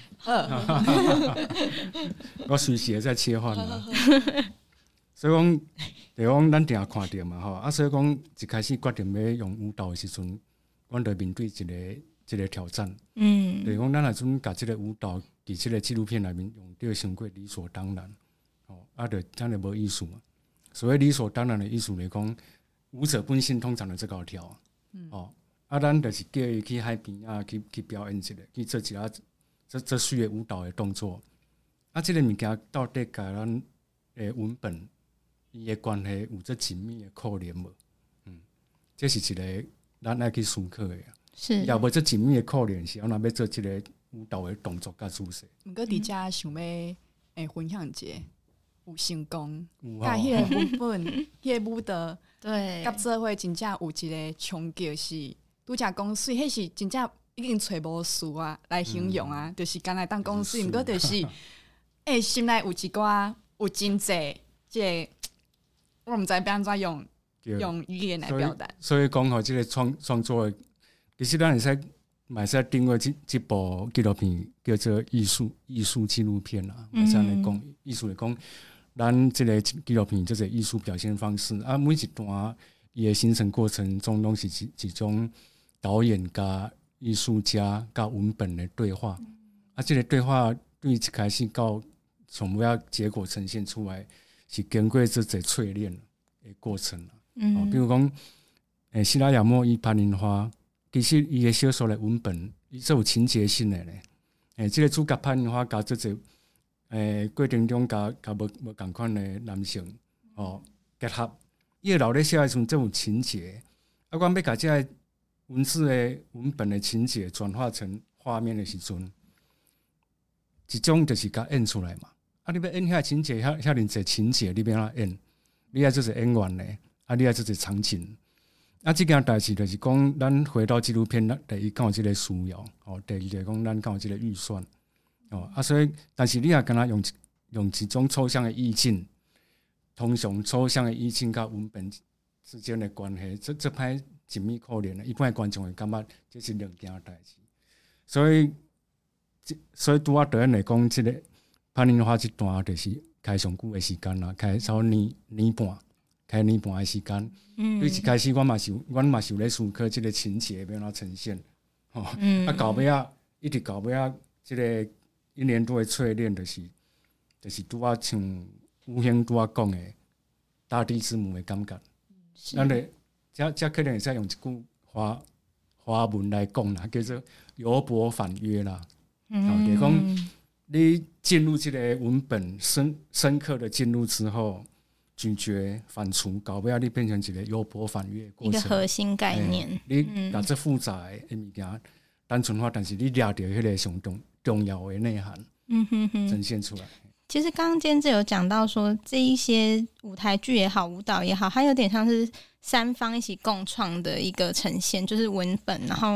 我随时也在切换啊。所以讲，就讲咱定看到嘛，所以讲一开始决定要用舞蹈的时阵，阮就面对一个挑战。就是讲咱若阵把这个舞蹈伫这个纪录片内面用到伤过理所当然，就咱就无艺术嘛。所谓理所当然的艺术来讲，舞者本身通常就这高跳咱就是叫伊去海边去表演一个，去做一下这需要舞蹈的动作。这个物件到底甲咱的文本伊的关系有这紧密的扣连无？这是一个咱爱去思考的。 是， 要无这紧密的扣连是，我若要做一个舞蹈的动作甲姿势。 毋过伫遮想要分享一下，有成功，甲迄个文本、迄个舞蹈， 对， 甲做伙真正有一个冲击是。拄则讲水，迄是真正已经找无词啊来形容啊，就是干来当讲水，毋过就是心内有一寡有真济，即我毋知要安怎用语言来表达。 所以讲即个创作的，其实咱会使定位这部纪录片叫做艺术纪录片啦。会使来讲艺术来讲，咱这个纪录片就是艺术表现方式啊，每一段伊的形成过程中，拢是一种导演加艺术家加文本的对话。这个对话对一开始到从尾仔结果呈现出来，是经过这个淬炼的过程。比如讲，希拉雅莫伊潘银花，其实伊的小说的文本，伊是有情节性的咧。这个主角潘银花加这个过程中加无同款的男性结合，伊的老咧写的时阵，这有情节。我要甲这个文字的文本的情节转化成画面的时阵，一种就是甲演出来嘛。你要演遐情节，遐尼侪情节，你要安怎演？你要就是演员咧，你要就是场景。这件代志就是讲，咱回到纪录片，第一敢有这个需要，第二就是讲咱敢有这个预算，所以，但是你也敢若用一种抽象的意境，通常抽象的意境甲文本之间的关系，这歹紧密扣连的，一般的观众会感觉这是两件代志。所以拄仔导演来讲，这个潘银花这段就是开上久的时间啦，开差不多年半，开年半的时间。对一开始我嘛是有咧思考这个情节要怎呈现，到尾仔一直到尾仔，这个1年多的淬炼，就是拄仔像吴兴拄仔讲的大地之母的感觉。咱咧这可能会使用一句华文来讲啦，叫做由博反约啦。就是讲你进入这个文本深刻的进入之后，咀嚼反刍，到尾你变成一个由博反约的过程， 一个核心概念。 你把这复杂的物件单纯化，但是你抓到迄个上重要的内涵，呈现出来。 其实刚刚监制有讲到说，这一些舞台剧也好，舞蹈也好，它有点像是3方一起共创的一个呈现，就是文本，然后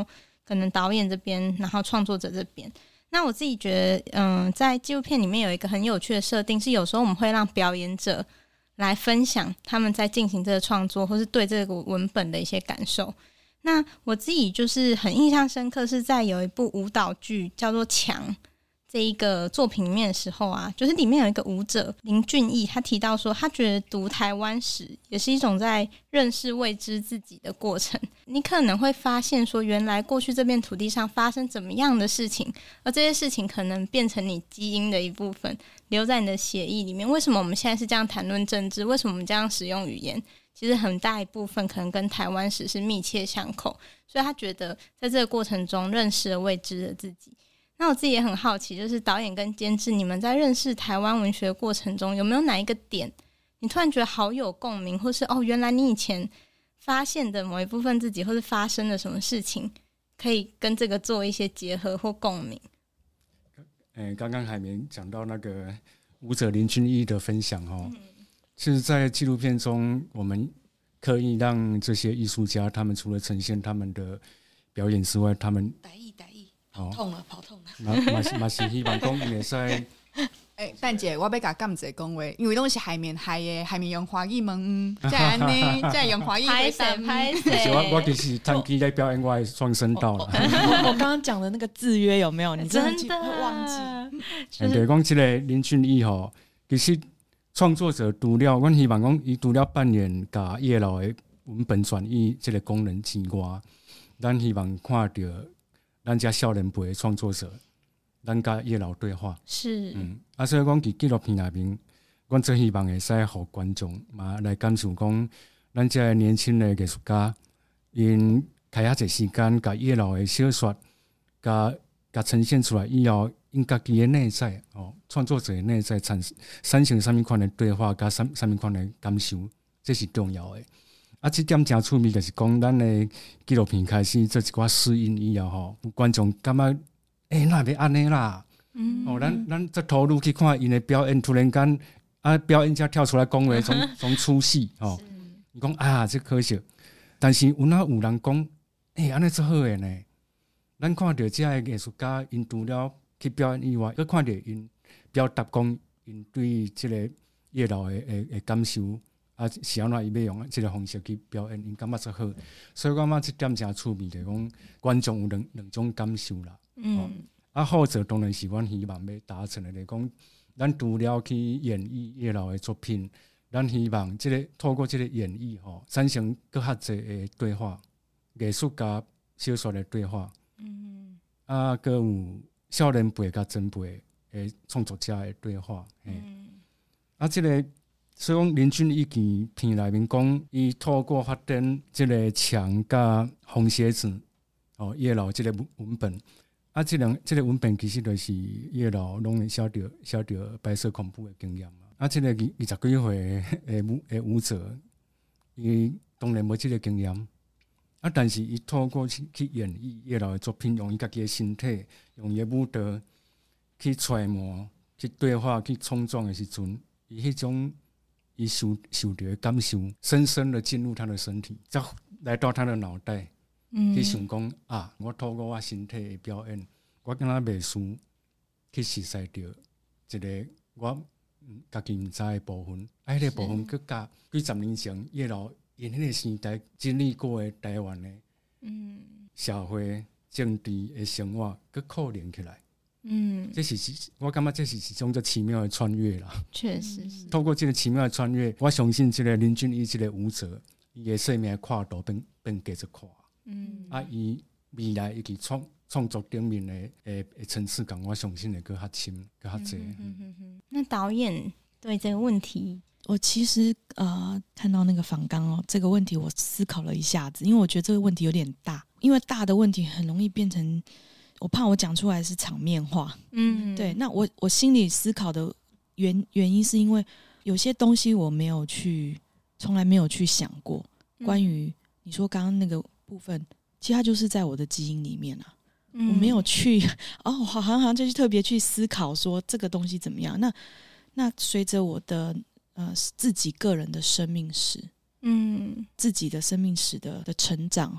可能导演这边，然后创作者这边。那我自己觉得在纪录片里面有一个很有趣的设定，是有时候我们会让表演者来分享他们在进行这个创作或是对这个文本的一些感受。那我自己就是很印象深刻，是在有一部舞蹈剧叫做《墙》这一个作品里面的时候啊，就是里面有一个舞者林俊逸，他提到说他觉得读台湾史也是一种在认识未知自己的过程。你可能会发现说，原来过去这片土地上发生怎么样的事情，而这些事情可能变成你基因的一部分，留在你的血液里面。为什么我们现在是这样谈论政治？为什么我们这样使用语言？其实很大一部分可能跟台湾史是密切相扣，所以他觉得在这个过程中认识了未知的自己。那我自己也很好奇，就是导演跟监制，你们在认识台湾文学的过程中，有没有哪一个点你突然觉得好有共鸣，或是原来你以前发现的某一部分自己，或是发生的什么事情可以跟这个做一些结合或共鸣？ 刚刚海绵讲到那个舞者林俊逸的分享其实在纪录片中我们刻意让这些艺术家，他们除了呈现他们的表演之外，他们台语跑痛了嘛是希望讲会使蛋姐，我要甲感谢讲话，因为拢是海绵海的，海绵用华语问，才安尼，才用华语回答。 拍我其实趁机在表演我的双声道了。 我刚刚讲的那个制约有没有？你真的会忘记？ 对，讲这个林俊逸其实创作者除了，我希望讲伊除了扮演甲叶老的文本转译这个功能之外，咱希望看到咱家少年辈的创作者，咱甲叶老对话是， 所以讲伫纪录片内面，阮最希望会使互观众嘛来感受讲，咱这年轻的艺术家，因开遐侪时间，甲叶老的小说，甲呈现出来以后，因家己的内在创作者的内在产生什么款的对话，甲什么款的感受，这是重要的。这点真趣味，就是讲咱的纪录片开始做一寡试映以后有观众感觉哪会安尼啦？咱这投入去看因的表演，突然间表演家跳出来讲话，从出戏你讲这可惜。但是有人讲安尼真好的呢？咱看到这个艺术家，因除了去表演以外，佮看到因表达讲因对这个叶老的感受。是安怎伊要用这个方式去表演，因感觉最好，所以我感觉这点真趣味，就是讲观众有两种感受啦。后者当然是阮希望要达成的，就是讲咱除了去演绎叶老的作品，咱希望透过这个演绎产生更较侪的对话，艺术家小说的对话，佮有少年辈甲前辈的创作者的对话，这个。所以讲林俊逸片内面讲，伊透过发展这个墙甲红鞋子叶老这个文本，这个文本其实就是叶老拢会写着白色恐怖的经验嘛。这个20几岁的舞者，伊当然无这个经验，但是伊透过去演绎叶老的作品，用伊家己的身体，用伊的舞蹈去揣摩、去对话、去冲撞的时阵，伊迄种。伊受到的感受，深深的进入他的身体，再来到他的脑袋，去想讲我透过我身体的表演，我敢若袂输去实在着一个我家己毋知的部分。迄个部分佮甲几十年前叶老因迄个时代经历过的台湾的社会政治的生活，佮扣连起来。这是我感觉这是一种叫奇妙的穿越啦。 确实是透过这个奇妙的穿越，我相信这个林俊逸这个舞者，伊的生命跨度变加一跨。伊未来以及创作顶面的层次感，我相信会更较深、更较侪。 那导演对这个问题， 我其实看到那个访纲这个问题我思考了一下子，因为我觉得这个问题有点大，因为大的问题很容易变成。我怕我讲出来是场面话，对。那我心里思考的原因是因为有些东西我从来没有去想过。关于你说刚刚那个部分，其实它就是在我的基因里面我没有去好像就去特别去思考说这个东西怎么样。那随着我的自己个人的生命史，自己的生命史的成长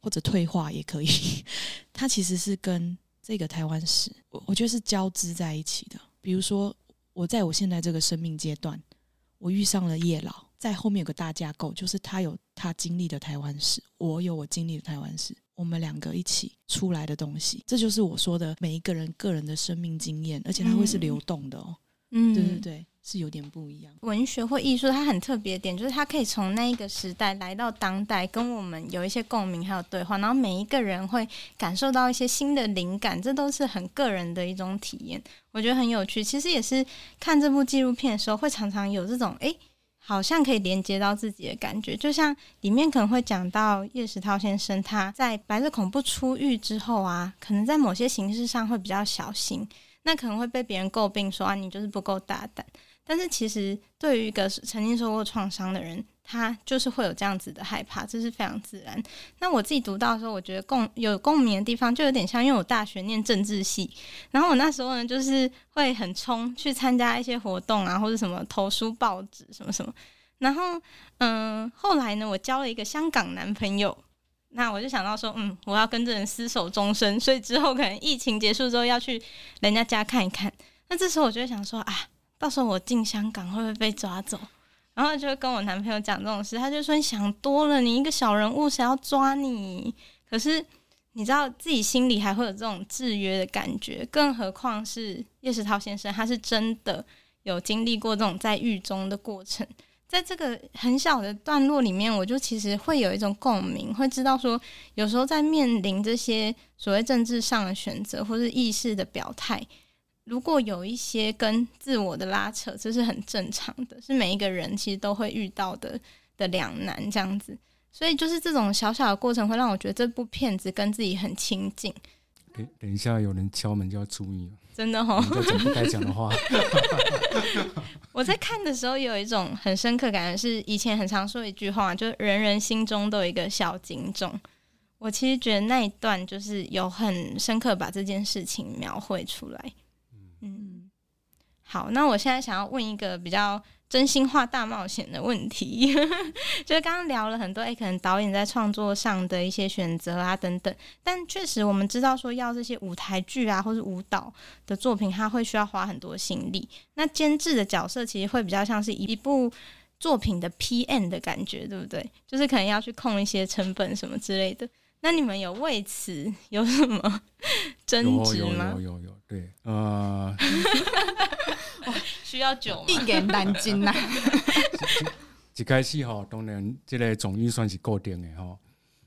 或者退化也可以，它其实是跟这个台湾史，我觉得是交织在一起的。比如说，我在我现在这个生命阶段，我遇上了叶老，在后面有个大架构，就是他有他经历的台湾史，我有我经历的台湾史，我们两个一起出来的东西，这就是我说的每一个人个人的生命经验，而且它会是流动的哦。对对对，是有点不一样。 文学或艺术它很特别的点就是它可以从那一个时代来到当代，跟我们有一些共鸣还有对话，然后每一个人会感受到一些新的灵感，这都是很个人的一种体验，我觉得很有趣。其实也是看这部纪录片的时候会常常有这种好像可以连接到自己的感觉，就像里面可能会讲到叶石涛先生他在白色恐怖出狱之后啊，可能在某些形式上会比较小心，那可能会被别人诟病说你就是不够大胆，但是其实对于一个曾经受过创伤的人，他就是会有这样子的害怕，这是非常自然。那我自己读到的时候，我觉得有共鸣的地方就有点像，因为我大学念政治系，然后我那时候呢就是会很冲去参加一些活动啊，或者什么投书报纸什么什么，然后后来呢我交了一个香港男朋友，那我就想到说我要跟这人厮守终身，所以之后可能疫情结束之后要去人家家看一看，那这时候我就会想说到时候我进香港会不会被抓走，然后就会跟我男朋友讲这种事，他就说你想多了，你一个小人物谁要抓你，可是你知道自己心里还会有这种制约的感觉，更何况是叶石涛先生他是真的有经历过这种在狱中的过程，在这个很小的段落里面，我就其实会有一种共鸣，会知道说有时候在面临这些所谓政治上的选择或是意识的表态，如果有一些跟自我的拉扯，这是很正常的，是每一个人其实都会遇到的两难这样子，所以就是这种小小的过程会让我觉得这部片子跟自己很亲近。 等一下有人敲门就要注意了， 真的哦， 你在讲不该讲的话。 我在看的时候有一种很深刻感觉，是以前很常说一句话，就是人人心中都有一个小警钟，我其实觉得那一段就是有很深刻把这件事情描绘出来。好，那我现在想要问一个比较真心话大冒险的问题就是刚刚聊了很多可能导演在创作上的一些选择啊等等，但确实我们知道说要这些舞台剧啊或是舞蹈的作品它会需要花很多心力，那监制的角色其实会比较像是一部作品的 PM 的感觉，对不对？就是可能要去控一些成本什么之类的，那你们有为此有什么争执吗？ 有，对， 需要酒吗？ 一言难尽呐。 一开始当然这个总预算是固定的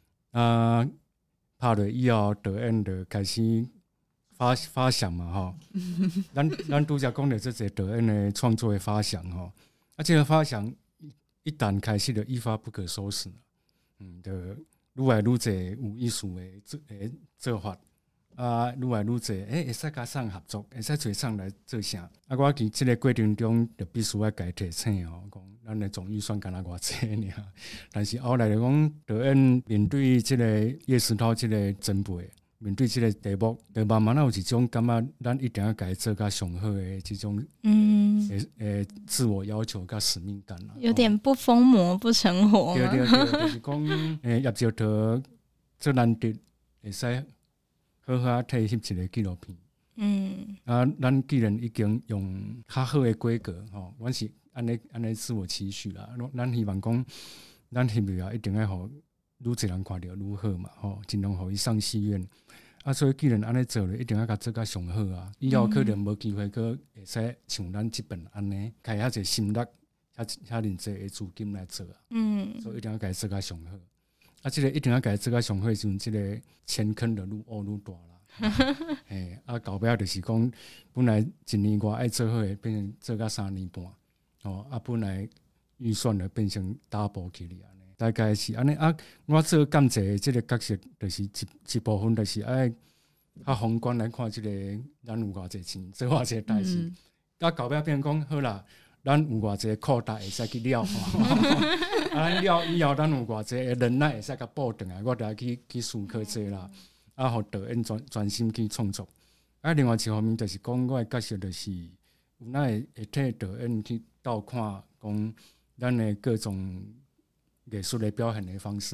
拍了以后，导演就开始发想嘛咱拄则讲到这个导演的创作的发想这个发想一旦开始就一发不可收拾就愈来愈侪有意思的做法愈来愈侪会使甲送合作，会使找送来做啥我伫即个过程中就必须要家提醒讲咱的总预算敢若偌济尔，但是后来就讲导演面对即个叶石涛即个前辈，面对即个题目，就慢慢有一种感觉，咱一定要家做甲上好的即种自我要求甲使命感有点不疯魔不成活对，就是讲叶石涛最难得会使好好体翕一个纪录片。咱既然已经用较好的规格阮是安尼自我期许啦。咱希望讲，咱翕落来一定要互愈侪人看到愈好嘛尽量互伊上戏院所以既然安尼做咧，一定要甲做甲上好以后可能无机会会使像咱即本安尼开遐侪心力遐认真的资金来做所以一定要甲做甲上好即个一定要甲做甲上好的时阵，即个钱坑就愈挖愈大啦到尾就是讲，本来1年外爱做好的，变成做到3年半本来预算就变成 double 起来安尼，大概是安尼我做监制的即个角色，就是一部分就是爱较宏观来看即个咱有偌济钱做偌济代志到尾变成讲好啦，咱有偌济裤带会使去了咱了以后，咱有偌济人耐会使甲补转来，我就要去思考这啦互导演专心去创作另外一方面就是讲我的角色就是有哪会替导演去倒看讲咱的各种艺术的表现的方式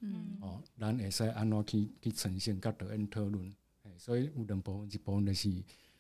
咱会使安怎去呈现，甲导演讨论。所以有两部分，一部分就是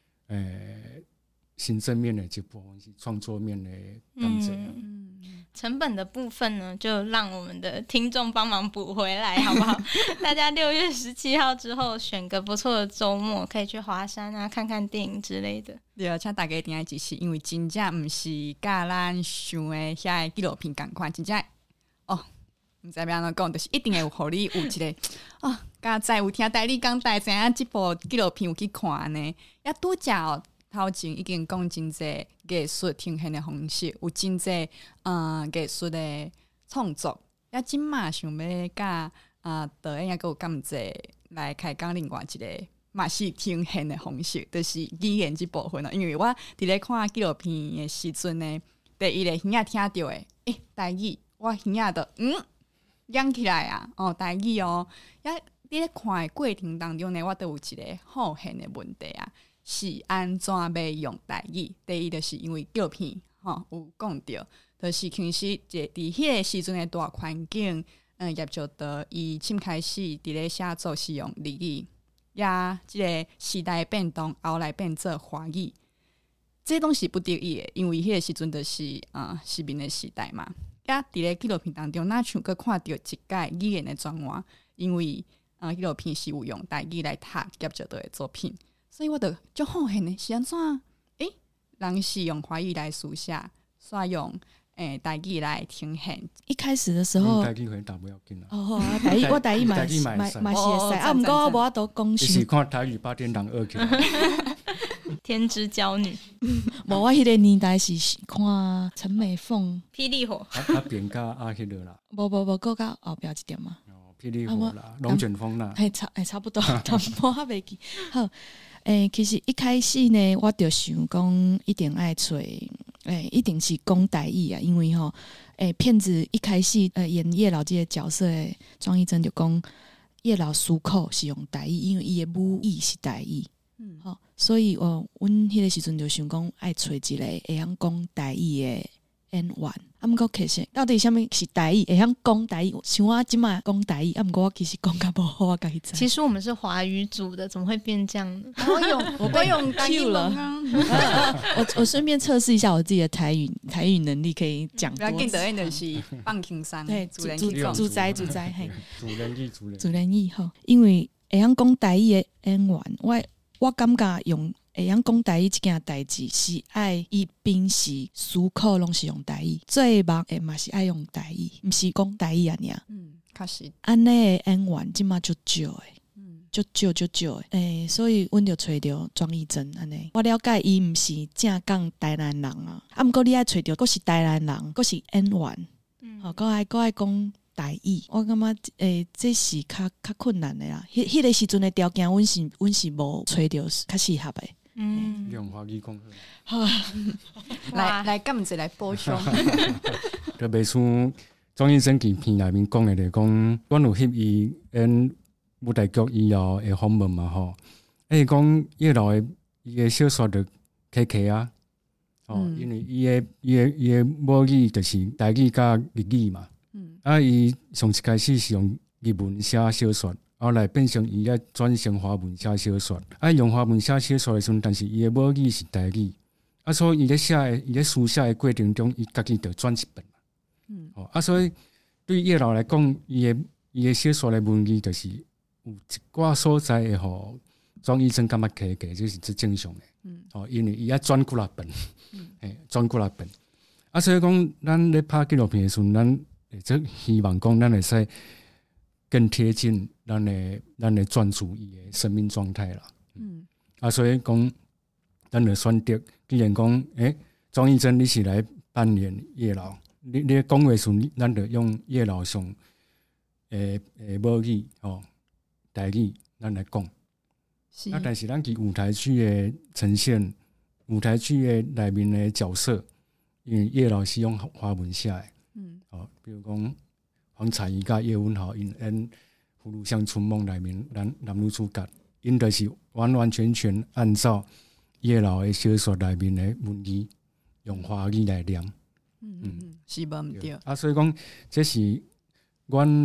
行政面的，一部分是创作面的讲解。 成本的部分呢，就让我们的听众帮忙补回来，好不好？大家6月17号之后选个不错的周末，可以去华山啊，看看电影之类的。 对，请大家一定要支持，因为真正不是甲咱想的遐纪录片同款，真正毋知要安怎讲，就是一定会有互你有一个甲在有听台语讲台，知影即部纪录片有去看呢，也拄则头前已经讲真济艺术呈现的方式，有真济艺术的创作，也真嘛想要甲导演也有咁济来开讲另外一个嘛是呈现的方式，就是语言这部分。因为我伫咧看纪录片的时阵呢，第一个耳仔听到的台语，我耳仔就扬起来啊！台语也伫咧看的过程当中呢，我都有一个好现的问题啊。是安怎要用台语？第一就是因为纪录片有讲到，就是其实伫迄个时阵的大环境，叶石导伊深开始伫咧写作是用日语，也即个时代变动后来变做华语，这拢是不得已的，因为迄个时阵就是殖民的时代嘛。也伫咧纪录片当中，哪像佫看到一届语言的转换，因为纪录片是有用台语来读叶石导的作品。所以我就足好现的是安怎？人是用华语来书写，煞用台语来呈现。 一开始的时候， 台语可能打不要紧啦。 好啊，台语我台语嘛是会使啊，毋过我无法度讲。 你是看台语8点档2起来。 天之娇女， 无我迄个年代是看陈美凤、 霹雳火， 变甲迄个啦。 无，搁到后壁一点嘛。 霹雳火啦，龙卷风啦， 差不多，淡薄仔袂记。好。其实一开始呢，我就想讲一定爱找，一定是讲台语啊，因为骗子一开始演叶老这个角色的庄一珍就讲叶老思考是用台语，因为伊的母语是台语，所以阮迄个时阵就想讲爱找一个会晓讲台语的演员。毋过其实到底啥物是台语会晓讲台语，像我即马讲台语，毋过我其实讲较无好，我家己知。 其实我们是华语组的，怎么会变这样呢？ 我用台语了。 我顺便测试一下我自己的台语能力，可以讲多。 不要紧，导演就是放轻松， 对，主宰嘿，主人意吼，因为会晓讲台语的演员，我感觉用。会晓讲台语这件代志是爱伊平时思考拢是用台语，做梦诶嘛是爱用台语，毋是讲台语安尼。 确实， 安尼诶演员即马足少诶，足少诶。所以阮就找着庄义珍安尼。我了解伊毋是正讲台南人啊，毋过你爱找着，佫是台南人，佫是演员，佫爱讲台语，我感觉这是较困难诶啦。迄个时阵诶条件，阮是无找着较适合诶。 用华语讲好，来感谢来补充。 特别像庄医生伫片内面讲的，就讲阮有翕伊演舞台剧以后的访问嘛吼。讲叶老的伊的小说就KK啊，因为伊的母语就是台语甲日语嘛。伊上一开始是用日文写小说。后来变成伊咧转成华文写小说，用华文写小说的时阵，但是伊的母语是台语，所以伊咧书写的过程中，伊家己就转一本嘛。所以对叶老来讲，伊的小说的文字就是有一寡所在会互庄医生感觉客气，这是最正常的。因为伊要转过来本，转过来本。所以讲，咱咧拍纪录片的时阵，咱会希望讲，咱会使更贴近咱的专注伊的生命状态啦。所以讲，咱就选择，既然讲，庄义珍你是来扮演叶老，你讲话时，咱就用叶老上母语台语，咱来讲。但是咱伫舞台剧的呈现，舞台剧的内面的角色，因为叶老是用华文写的，比如讲。黄彩怡甲叶文豪因演《葫芦乡春梦》内面男女主角，因就是完完全全按照叶老的小说内面的文字用华语来念， 是无毋对。 所以讲这是阮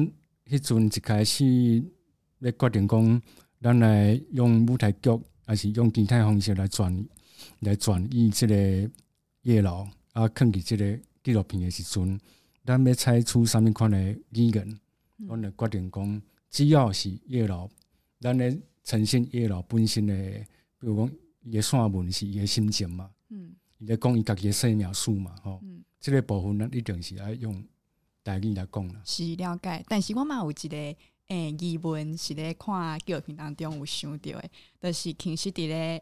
迄阵一开始要决定讲，咱来用舞台剧还是用其他方式来转移即个夜老啊，放伫即个纪录片的时阵，咱要采取啥物款的语言，阮就决定讲，只要是夜老，咱咧呈现夜老本身的，比如讲伊的散文是伊的心情嘛，伊咧讲伊家己的生命史嘛，吼，即个部分咱一定是要用台语来讲啦。 是了解，但是我嘛有一个疑问，是咧看纪录片当中有想到的，就是其实伫咧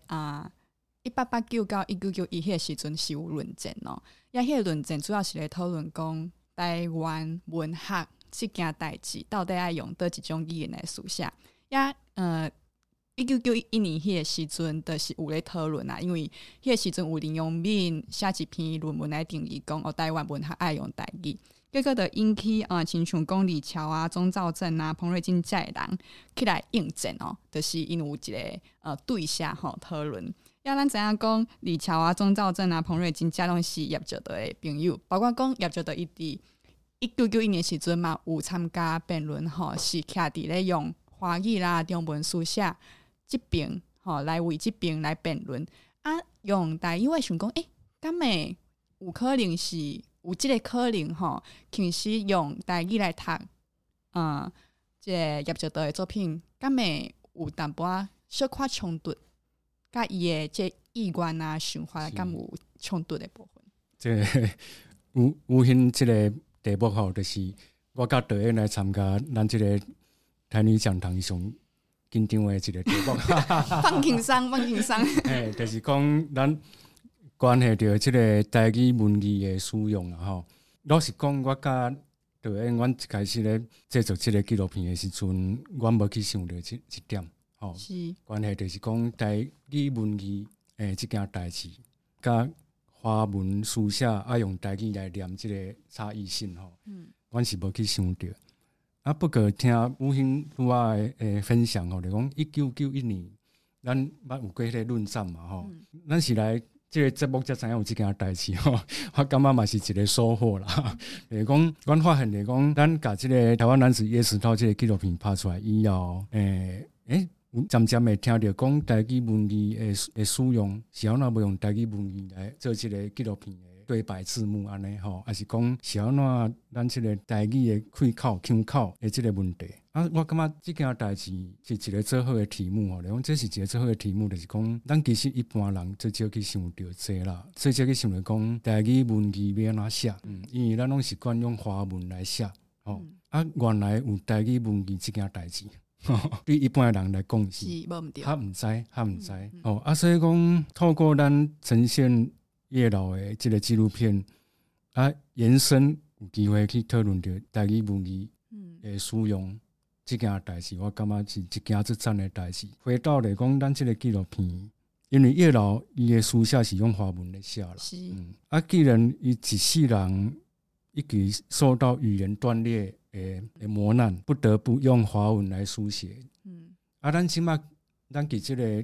1889到1991迄个时阵是有论战咯，迄个论战主要是咧讨论讲台湾文学即件代志到底爱用倒一种语言来书写。1991年迄个时阵就是有咧讨论啊，因为迄个时阵有林永敏写一篇论文来定义讲台湾文学爱用台语，结果就引起亲像讲李朝啊、钟肇政啊、彭瑞金这类人起来应战就是因为有一个对下讨论。咱知影讲李朝啊、钟肇政啊、彭瑞金这拢是叶石的朋友，包括讲叶石的伊伫1991年时阵嘛有参加辩论是徛伫咧用华语啦、中文书写这边来为这边来辩论啊，用台语我想讲敢会有可能是有这个可能其实用台语来读这个叶石的作品，敢会有淡薄小可冲突，甲伊的这意愿啊、想法敢有冲突的部分。 这有幸这个题目就是我甲导演来参加咱这个台女讲堂上紧张的一个题目， 放轻松，放轻松。 就是讲咱关系到这个台语文字的使用啊，老实讲，我甲导演，阮一开始咧制作这个纪录片的时阵，阮无去想到这一点，是关系就是讲台语文字这件代志，甲华文书写爱用台语来念这个差异性阮是无去想到。不过听吴兴拄仔的分享就讲1991年，咱捌有过迄个论战嘛咱是来这个节目才知影有这件代志我感觉嘛是一个收获啦。就是讲，阮发现就是讲，咱甲这个台湾男子野石头这个纪录片拍出来以后，渐渐会听到讲台语文字的使用，是安怎要用台语文字来做这个纪录片的对白字幕安尼还是讲是安怎咱这个台语的开口、腔口的这个问题我感觉这件代志是一个最好的题目讲这是一个最好的题目，就是讲咱其实一般人最少去想到这啦，最少去想到讲台语文字要安怎写，因为咱拢习惯用华文来写原来有台语文字这件代志。对一般的人来讲是他唔知所以讲透过咱呈现叶老的这个纪录片延伸有机会去讨论到台语文字的使用这件代志，我感觉是一件最赞的代志。回到来讲咱这个纪录片，因为叶老伊的书写是用华文来写啦，既然伊一世人一直受到语言断裂的磨难，不得不用华文来书写。咱即马，咱伫这个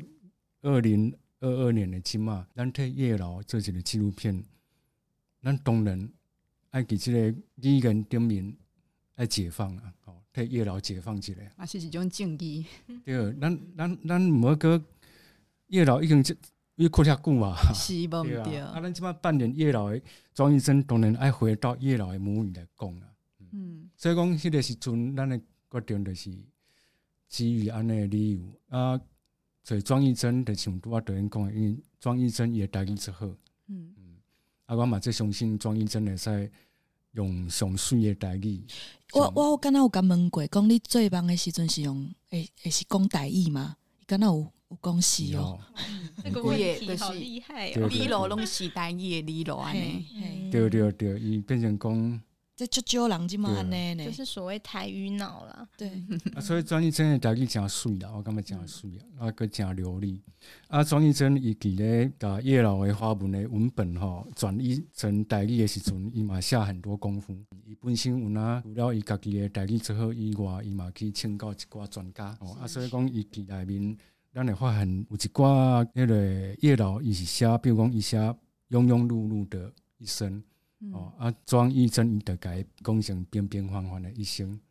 2022年的即马，咱替叶老做一个纪录片，咱当然爱伫这个语言顶面爱解放啊，替叶老解放起来， 是一种正义。 对，咱唔好个叶老已经伊过遐久啊， 是无毋对。 咱即马扮演叶老的庄医生，当然爱回到叶老的母语来讲啊。所以讲，迄个时阵，咱的决定就是基于安尼的理由所以庄义珍就像我导演讲的，因为庄义珍伊的台语最好，我嘛最相信庄义珍会使用上水的台语。 我敢若有甲问过，讲你最棒的时阵是用会是讲台语吗？敢若有讲是这个问题好厉害理路拢是台语的理路安尼。 对，伊变成讲。 这少人即嘛安尼呢， 就是所谓台语脑啦。 对所以庄义珍的台语真水啦，我感觉真水佫真流利。庄义珍伊伫咧甲叶老的华文的文本转译成台语的时阵，伊嘛下很多功夫。伊本身有除了伊家己的台语最好以外，伊嘛去请教一寡专家。所以讲伊伫内面，咱会发现有一寡迄个叶老伊是写，比如讲伊写庸庸碌碌的一生。庄义珍伊就甲伊讲成变变幻幻的一生，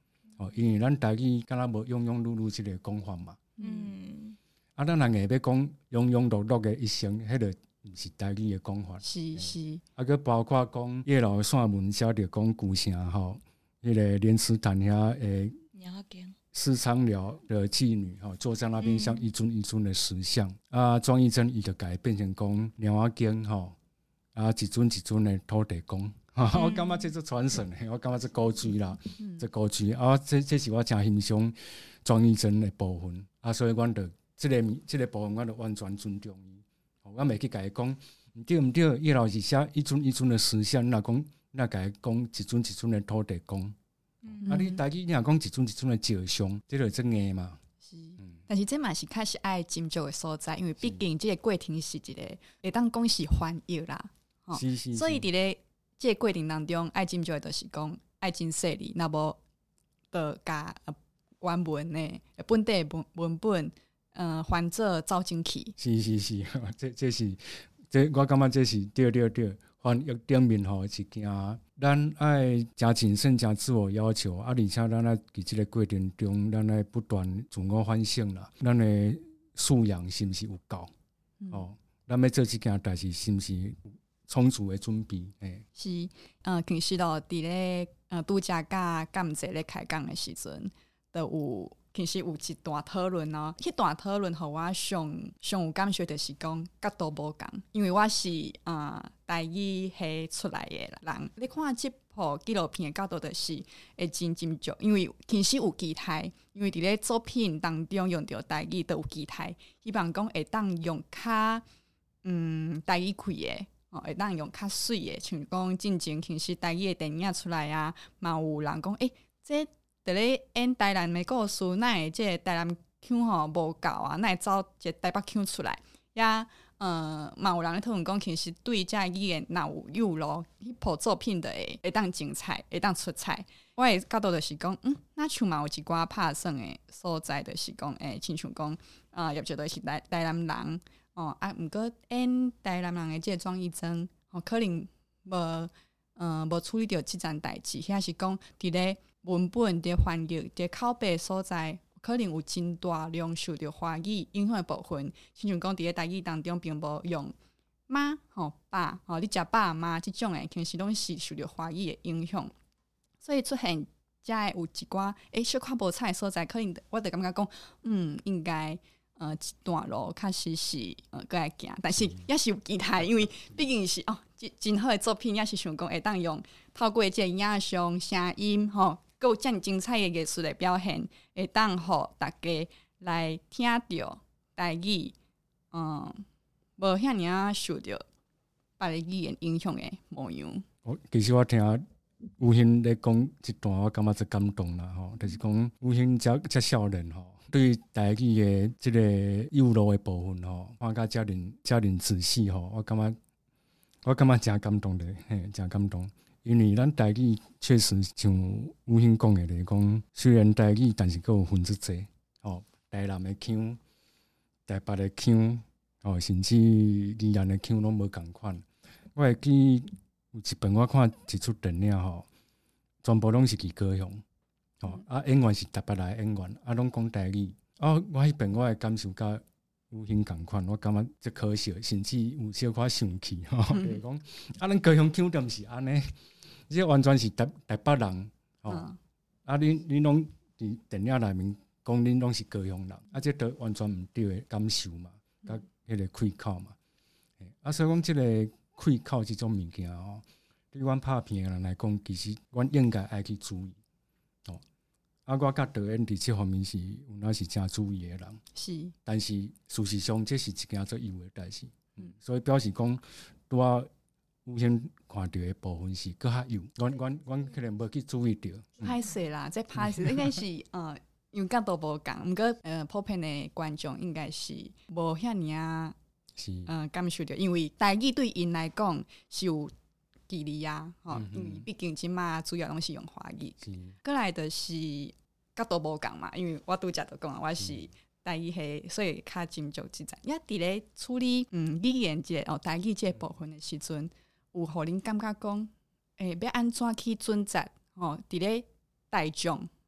因为咱台语敢若无庸庸碌碌即个讲法嘛。咱人会要讲庸庸碌碌的一生，迄个毋是台语的讲法。 是。 佮包括讲叶老线文写着讲古城吼，迄个莲池潭遐诶，四仓寮的妓女坐在那边像一尊一尊的石像庄益珍伊就改变成讲鸟仔经一尊一尊的土地公。我感觉这是传承的，我感觉这古锥啦，这古锥这是我真欣赏庄益珍的部分所以阮就这个部分我就完全尊重伊。我袂去甲伊讲，毋对，伊老是写一尊一尊的石像，那甲伊讲一尊一尊的土地公。你台语你若讲一尊一尊的石像，这就真硬嘛。 是，但是这嘛是开始爱斟酌的所在，因为毕竟这个过程是一个会当讲是翻译啦。 是。 所以伫咧这个过程当中，爱斟酌的就是讲爱真细腻，若无就甲原文的本地文本翻做走进去。 是，这我感觉这是对。翻译顶面是惊咱爱真谨慎、真自我要求而且咱爱伫这个过程中，咱爱不断自我反省啦。咱的素养是毋是有够？咱要做这件代志是毋是充足的准备？ 是，其实咯，伫咧拄则甲甘蔗咧开讲的时阵，其实有一段讨论迄段讨论互我上有感觉就是讲角度无共，因为我是台语系出来的人，你看这部纪录片的角度就是会真斟酌，因为其实有期待，因为伫咧作品当中用到台语都有期待，希望讲会当用较台语开的。会当用较水的，像讲进前其实台语的电影出来嘛有人讲这伫咧演台南的故事，哪会这台南腔无够哪会走一个台北腔出来？嘛有人咧讨论讲，其实对这语言若有有咯，迄部作品就会当精彩，会当出彩。我的角度就是讲，那像嘛有一寡拍算的所在，就是讲，亲像讲，也绝对是台南人。毋过演台南人的这个庄益珍可能无处理到即件代志，遐是讲伫咧文本、伫翻译、伫口碑所在，可能有真大量受到华语影响的部分。亲像讲伫咧台语当中，并无用妈、爸、你食爸妈即种诶，其实拢是受到华语的影响，所以出现遮有一寡小可无彩的所在，可能我就感觉讲，应该。一段路确实是搁来行，但是也是有期待，因为毕竟是真好的作品，也是想讲会当用透过这影像、声音搁有遮尔精彩的艺术的表现，会当互大家来听到台语，无遐尔受到别个语言影响的模样。 其实我听吴欣咧讲一段，我感觉真感动啦就是讲吴欣遮少年对台语的这个幼路的部分看甲遮尔仔细我感觉真感动的，真感动。因为咱台语确实像吴欣讲的来讲，虽然台语，但是佫有分之济台南的腔、台北的腔甚至宜兰的腔拢无共款。我会记有一遍我看一出电影全部拢是去高雄。演员是台北来的演员，拢讲台语。我迄遍我的感受甲有形共款，我感觉这可惜，甚至有小可生气就是讲咱高雄腔点是安尼，这完全是台北人你拢伫电影内面讲恁拢是高雄人，这都完全毋对的感受嘛，甲迄个开口嘛。所以讲这个开口这种物件对阮拍片的人来讲，其实阮应该爱去注意。我甲导演伫这方面是有那是真注意的人， 是。 但是事实上，这是一件做有的代志，所以表示讲，拄仔有先看到的部分是搁较有，阮可能无去注意到。 歹势啦，这歹势应该是因为角度无共，毋过普遍的观众应该是无遐尔是感受到，因为台语对因来讲是有距离因为毕竟即马主要拢是用华语，过来就是角度无共嘛，因为我拄则就讲我是台语系，所以较斟酌即阵。也伫咧处理语言这个台语这个部分的时阵，有互恁感觉讲，要安怎去准则伫咧大众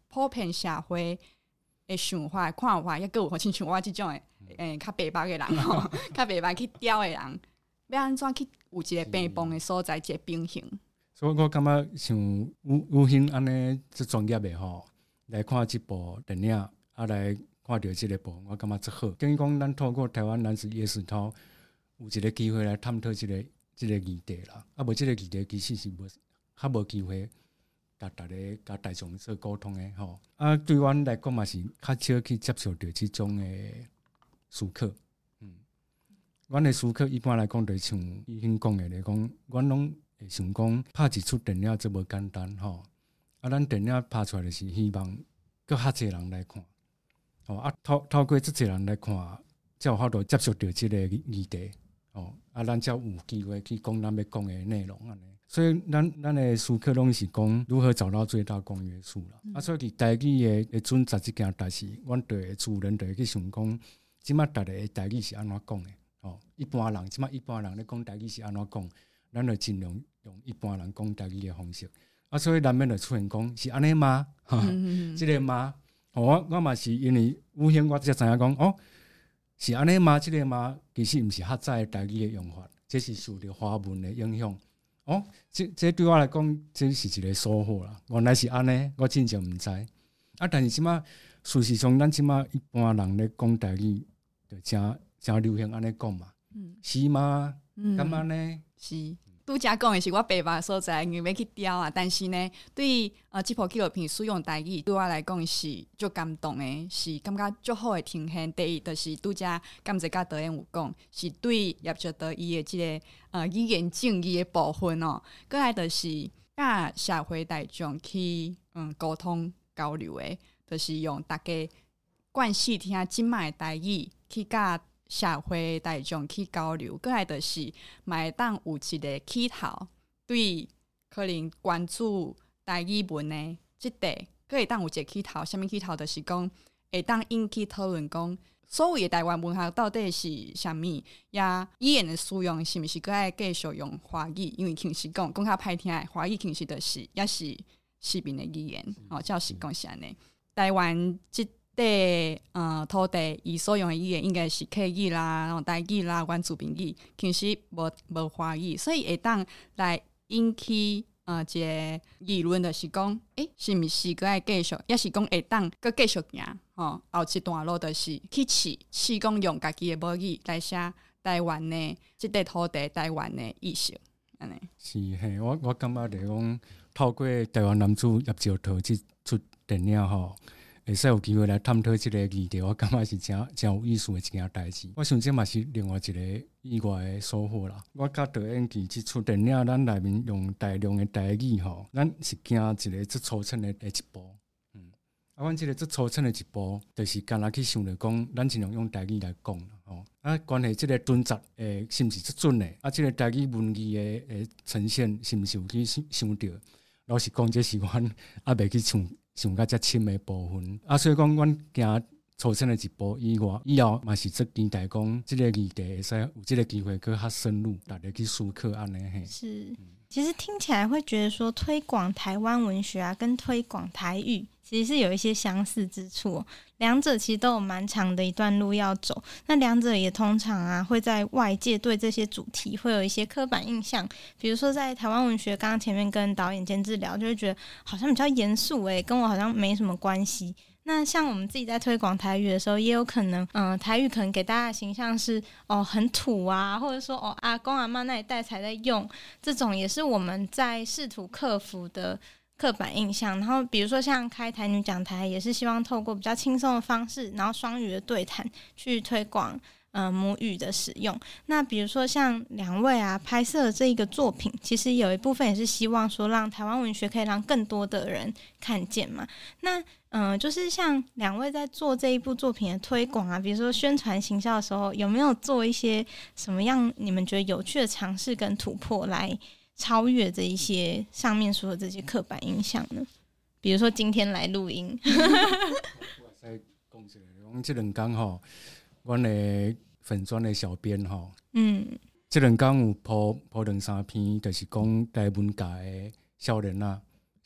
普遍社会的想法看法，抑佫有亲像我即种诶较白目的人吼，较白目去雕的人，要安怎去有一个平凡的所在，一个平衡。 所以我感觉像有幸安尼即专业的吼，来看即部电影，来看到即个部分，我感觉真好。等于讲，咱透过台湾男子夜市头有一个机会来探讨即个议题啦。无即个议题其实是较无机会甲大众做沟通的吼。对阮来讲嘛是较少去接受到即种的思考。阮的思考一般来讲，就像伊先讲的来讲，阮拢会想讲拍一出电影真无简单吼。咱电影拍出来就是希望搁较侪人来看。透过这些人来看，才有法度接受到这个议题，咱才有机会去讲咱要讲的内容安尼。所以咱的思考拢是讲如何找到最大公约数啦。所以伫台语的准则这件代志，阮就会自然就会去想讲，即马大家的台语是安怎讲的？一般人即马一般人咧讲台语是安怎讲？咱就尽量用一般人讲台语的方式。所以难免就出现讲是安尼吗？即个吗？我嘛是因为有幸我才知影讲是安尼吗？即个吗？其实毋是较早的台语的用法，这是受到华文的影响。这对我来讲，这是一个收获啦。原来是安尼，我真正毋知。但是即马事实上，咱即马一般人咧讲台语，就真流行安尼讲嘛。是吗？敢安尼？ 是。拄则讲的是我白目的所在，因为要去雕啊。但是呢，对这部纪录片使用台语，对我来讲是足感动的，是感觉足好的呈现。第一，就是拄则感谢甲导演有讲，是对叶卓德伊的这个语言正义的部分哦。过来就是甲社会大众去沟通交流的，就是用大家惯习听即卖的台语去甲社会大众去交流，过来就是嘛会当有一个起头，对可能关注台语文的即块，佫会当有一个起头。啥物起头？就是讲会当引起讨论，讲所谓的台湾文学到底是啥物？也语言的使用是毋是佫爱继续用华语？因为其实讲较歹听的华语，其实就是也是市民的语言。照实讲是安尼。台湾土地伊所用的语言应该是客语啦、然后台语啦、原住民语，其实无华语，所以会当来引起一个议论，就是讲，是毋是佫爱继续，也是讲会当佫继续行后一段路，就是去试讲用家己的母语来写台湾的即块土地、台湾的意识，安尼。 是嘿，我感觉就是讲，透过台湾男子叶石头这出电影吼。会使有机会来探讨即个议题，我感觉是真有意思的一件代志。我想这嘛是另外一个意外的收获啦。我甲导演其即出电影，咱内面用大量的台语吼，咱是惊一个最粗浅的一步。阮即个最粗浅的一步，就是干那去想着讲，咱尽量用台语来讲啦。关系即个准则是毋是最准的？即个台语文字的呈现是毋是有去想着？老实讲，这是阮未去想到遮深的部分。所以讲，阮行粗浅的一步以外，以后嘛是最期待讲，即个议题会使有即个机会去较深入，大家去思考安尼嘿。 是，其实听起来会觉得说，推广台湾文学啊，跟推广台语其实是有一些相似之处，两者其实都有蛮长的一段路要走。那两者也通常啊，会在外界对这些主题会有一些刻板印象，比如说在台湾文学，刚刚前面跟导演监制聊，就会觉得好像比较严肃跟我好像没什么关系。那像我们自己在推广台语的时候，也有可能台语可能给大家的形象是很土啊，或者说阿公阿嬷那一代才在用，这种也是我们在试图克服的刻板印象。然后比如说像开台女讲台，也是希望透过比较轻松的方式，然后双语的对谈去推广母语的使用。那比如说像两位啊拍摄的这一个作品，其实有一部分也是希望说让台湾文学可以让更多的人看见嘛。那就是像两位在做这一部作品的推广啊，比如说宣传行销的时候，有没有做一些什么样你们觉得有趣的尝试跟突破，来超越这一些上面说的这些刻板印象呢？比如说今天来录音， 我使讲一下，讲这两天吼，阮的粉专的小编吼，这两天有播2-3篇，就是讲台文界的少年啊，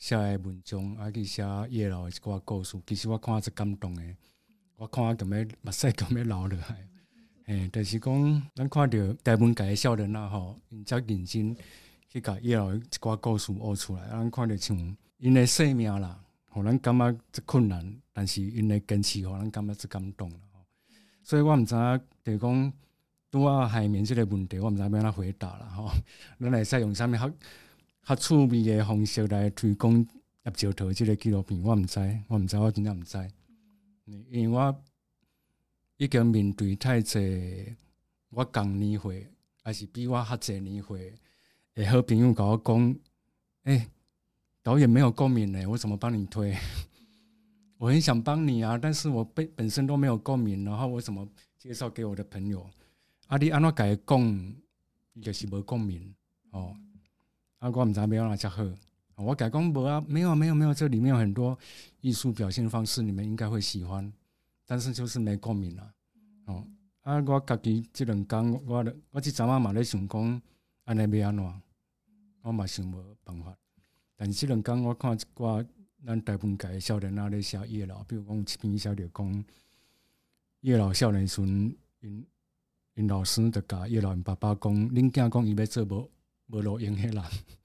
写的文章，去写叶老的一寡故事，其实我看是感动的，我看咁要目屎咁要流落来。就是讲，咱看到台湾界的少年啊，因遮认真去甲叶老一寡故事学出来，咱看到像因的生命啦，互咱感觉这困难，但是因的坚持，互咱感觉这感动啦。所以我毋知影，就是讲拄啊海绵这个问题，我毋知要安怎回答啦。咱会使用啥物较趣味的方式来推广叶石头这个纪录片，我毋知，我真正毋知，因为我已经面对太济我同年岁，还是比我较济年岁的好朋友跟我讲：“导演没有共鸣呢，我怎么帮你推？我很想帮你啊，但是我本身都没有共鸣，然后我怎么介绍给我的朋友？你安怎甲伊讲，伊就是无共鸣哦。我毋知要安怎才好。我甲伊讲无啊，没有，这里面有很多艺术表现方式，你们应该会喜欢。”但是就是没共鸣啦，我家己这2天，我这阵仔嘛咧想讲，安尼要安怎，我嘛想无办法。但是这2天我看一寡咱台湾界的少年仔咧写叶老，比如讲有一篇写着讲，叶老少年时阵，因老师就甲叶老因爸爸讲，恁囝讲伊要做无路用的人，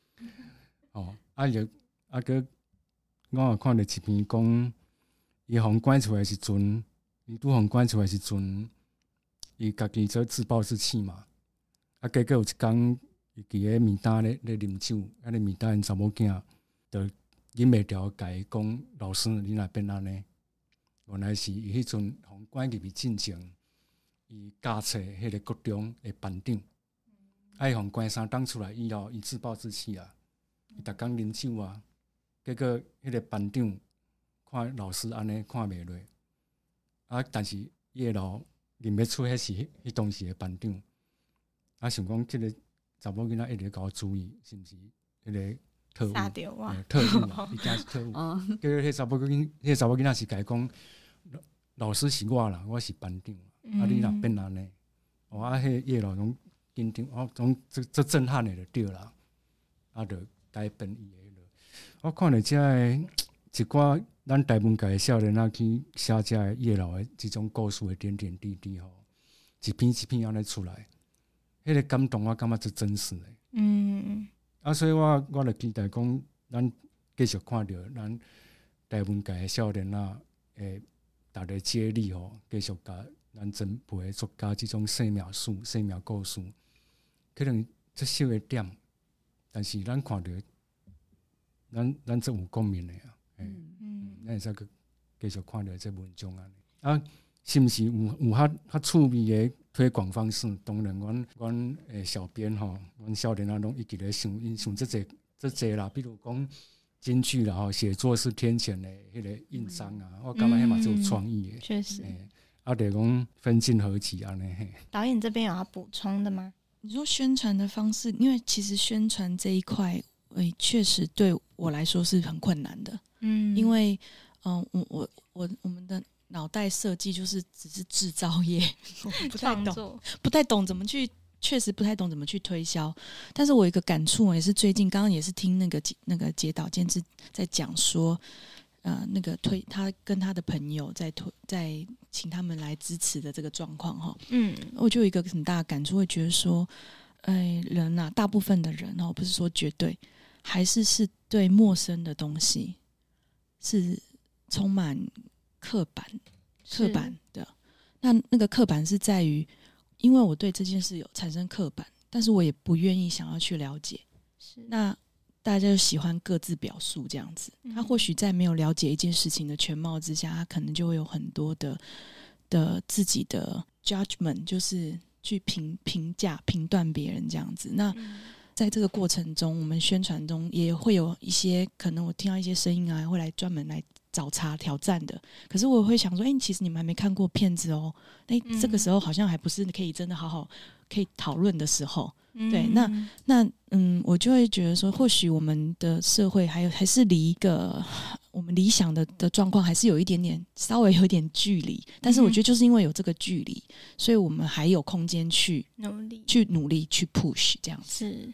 个我也看到一篇讲，伊互关出来时阵。伊拄互关出来时阵，伊家己做自暴自弃嘛。结果有一天，伊伫咧面搭咧啉酒，咧面搭因查某囝，就忍袂牢，甲伊讲：“老师，你若变安尼？”原来是伊迄阵互关入去进前，伊教册迄个国中的班长，伊互关3档出来以后，伊自暴自弃啊，伊逐工啉酒啊。结果迄个班长看老师安尼看袂落。但是叶老认不出迄是迄当时的班长，想讲这个查某囡仔一直甲我注意，是毋是迄个特务？特务嘛，伊惊是特务。结果迄查某囡仔是甲伊讲，老师是我啦，我是班长，你若变安尼，迄叶老拢紧张，总这震撼的就对啦，就改变伊的。我看到这一寡。咱台湾界的少年仔去写这个叶老的这种故事的点点滴滴一篇一篇安尼出来，迄个感动我感觉是真实的。所以我就期待讲，咱继续看到咱台湾界的少年仔大家接力继续甲咱真培的作家这种生命史、生命故事，可能这少一点，但是咱看到咱这有共鸣的啊。咱会使继续看到这文章是毋是有较趣味的推广方式？当然，阮小编阮少年仔拢一直咧想这济啦，比如讲京剧啦写作是天谴的迄个印章啊，我感觉迄嘛就有创意的， 确实。 得讲分进合集安尼。 导演这边有要补充的吗？ 你说宣传的方式，因为其实宣传这一块，确实对我来说是很困难的。因为我们的脑袋设计就是只是制造业，我不太懂怎么去，确实不太懂怎么去推销。但是我有一个感触，也是最近刚刚也是听那个节导监制在讲说，他跟他的朋友在请他们来支持的这个状况我就有一个很大的感触，会觉得说，人啊，大部分的人不是说绝对，还是对陌生的东西。是充满刻板的，那个刻板是在于，因为我对这件事有产生刻板，但是我也不愿意想要去了解。那大家就喜欢各自表述这样子。他或许在没有了解一件事情的全貌之下，他可能就会有很多的自己的 judgment， 就是去评价、评断别人这样子。那在这个过程中，我们宣传中也会有一些可能我听到一些声音会来专门来找茬挑战的。可是我会想说，其实你们还没看过片子哦。这个时候好像还不是可以真的好好可以讨论的时候。对，那我就会觉得说，或许我们的社会还是离一个我们理想的状况还是有一点点稍微有一点距离。但是我觉得就是因为有这个距离，所以我们还有空间去努力去 push 这样子。 是。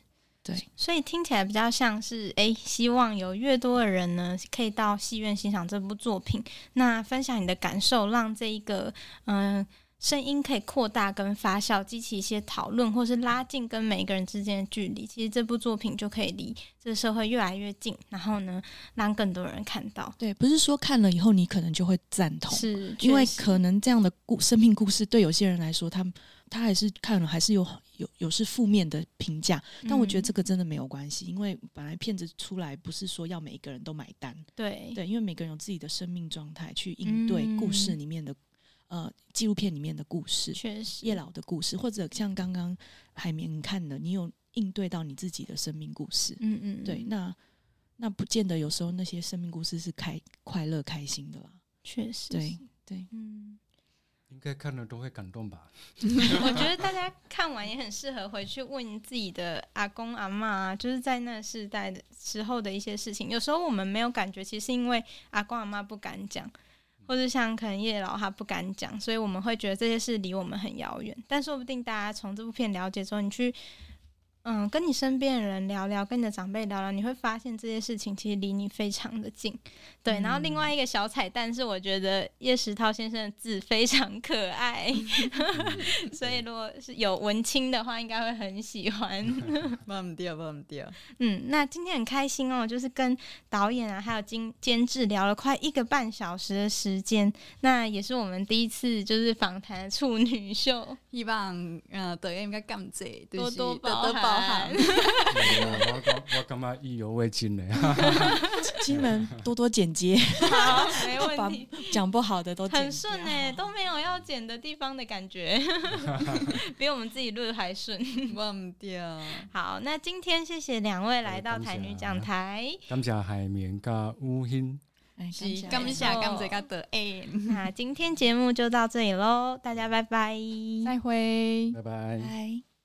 对， 所以听起来比较像是希望有越多的人呢可以到戏院欣赏这部作品，那分享你的感受，让这一个声音可以扩大跟发酵，激起一些讨论，或是拉近跟每个人之间的距离。其实这部作品就可以离这个社会越来越近，然后呢，让更多人看到。 对，不是说看了以后你可能就会赞同， 是因为可能这样的生命故事对有些人来说，他还是看了还是有是负面的评价，但我觉得这个真的没有关系，因为本来片子出来不是说要每一个人都买单， 对， 因为每个人有自己的生命状态去应对故事里面的。纪录片里面的故事， 确实叶老的故事，或者像刚刚海绵看的，你有应对到你自己的生命故事，对，那不见得有时候那些生命故事是快乐开心的啦， 确实， 对， 应该看了都会感动吧。 我觉得大家看完也很适合回去问自己的阿公阿嬷，就是在那世代的时候的一些事情。有时候我们没有感觉，其实是因为阿公阿嬷不敢讲。或者像可能叶老他不敢讲，所以我们会觉得这些事离我们很遥远。但说不定大家从这部片了解之后，你去跟你身边的人聊聊，跟你的长辈聊聊，你会发现这些事情其实离你非常的近。对，然后另外一个小彩蛋是，我觉得叶石涛先生的字非常可爱，所以如果是有文青的话，应该会很喜欢。 忘不掉。 那今天很开心哦，就是跟导演啊，还有监制聊了快1个半小时的时间，那也是我们第一次就是访谈处女秀， 希望导演应该感谢， 多多包涵。 我感觉意犹未尽嘞。 金门多多剪接， 好，没问题。 讲不好的都剪很顺都没有要剪的地方的感觉，比我们自己录还顺。 忘掉。 好，那今天谢谢2位来到台女讲台， 感谢海绵跟乌欣， 感谢跟导演。 那今天节目就到这里咯，大家拜拜， 再会， 拜拜。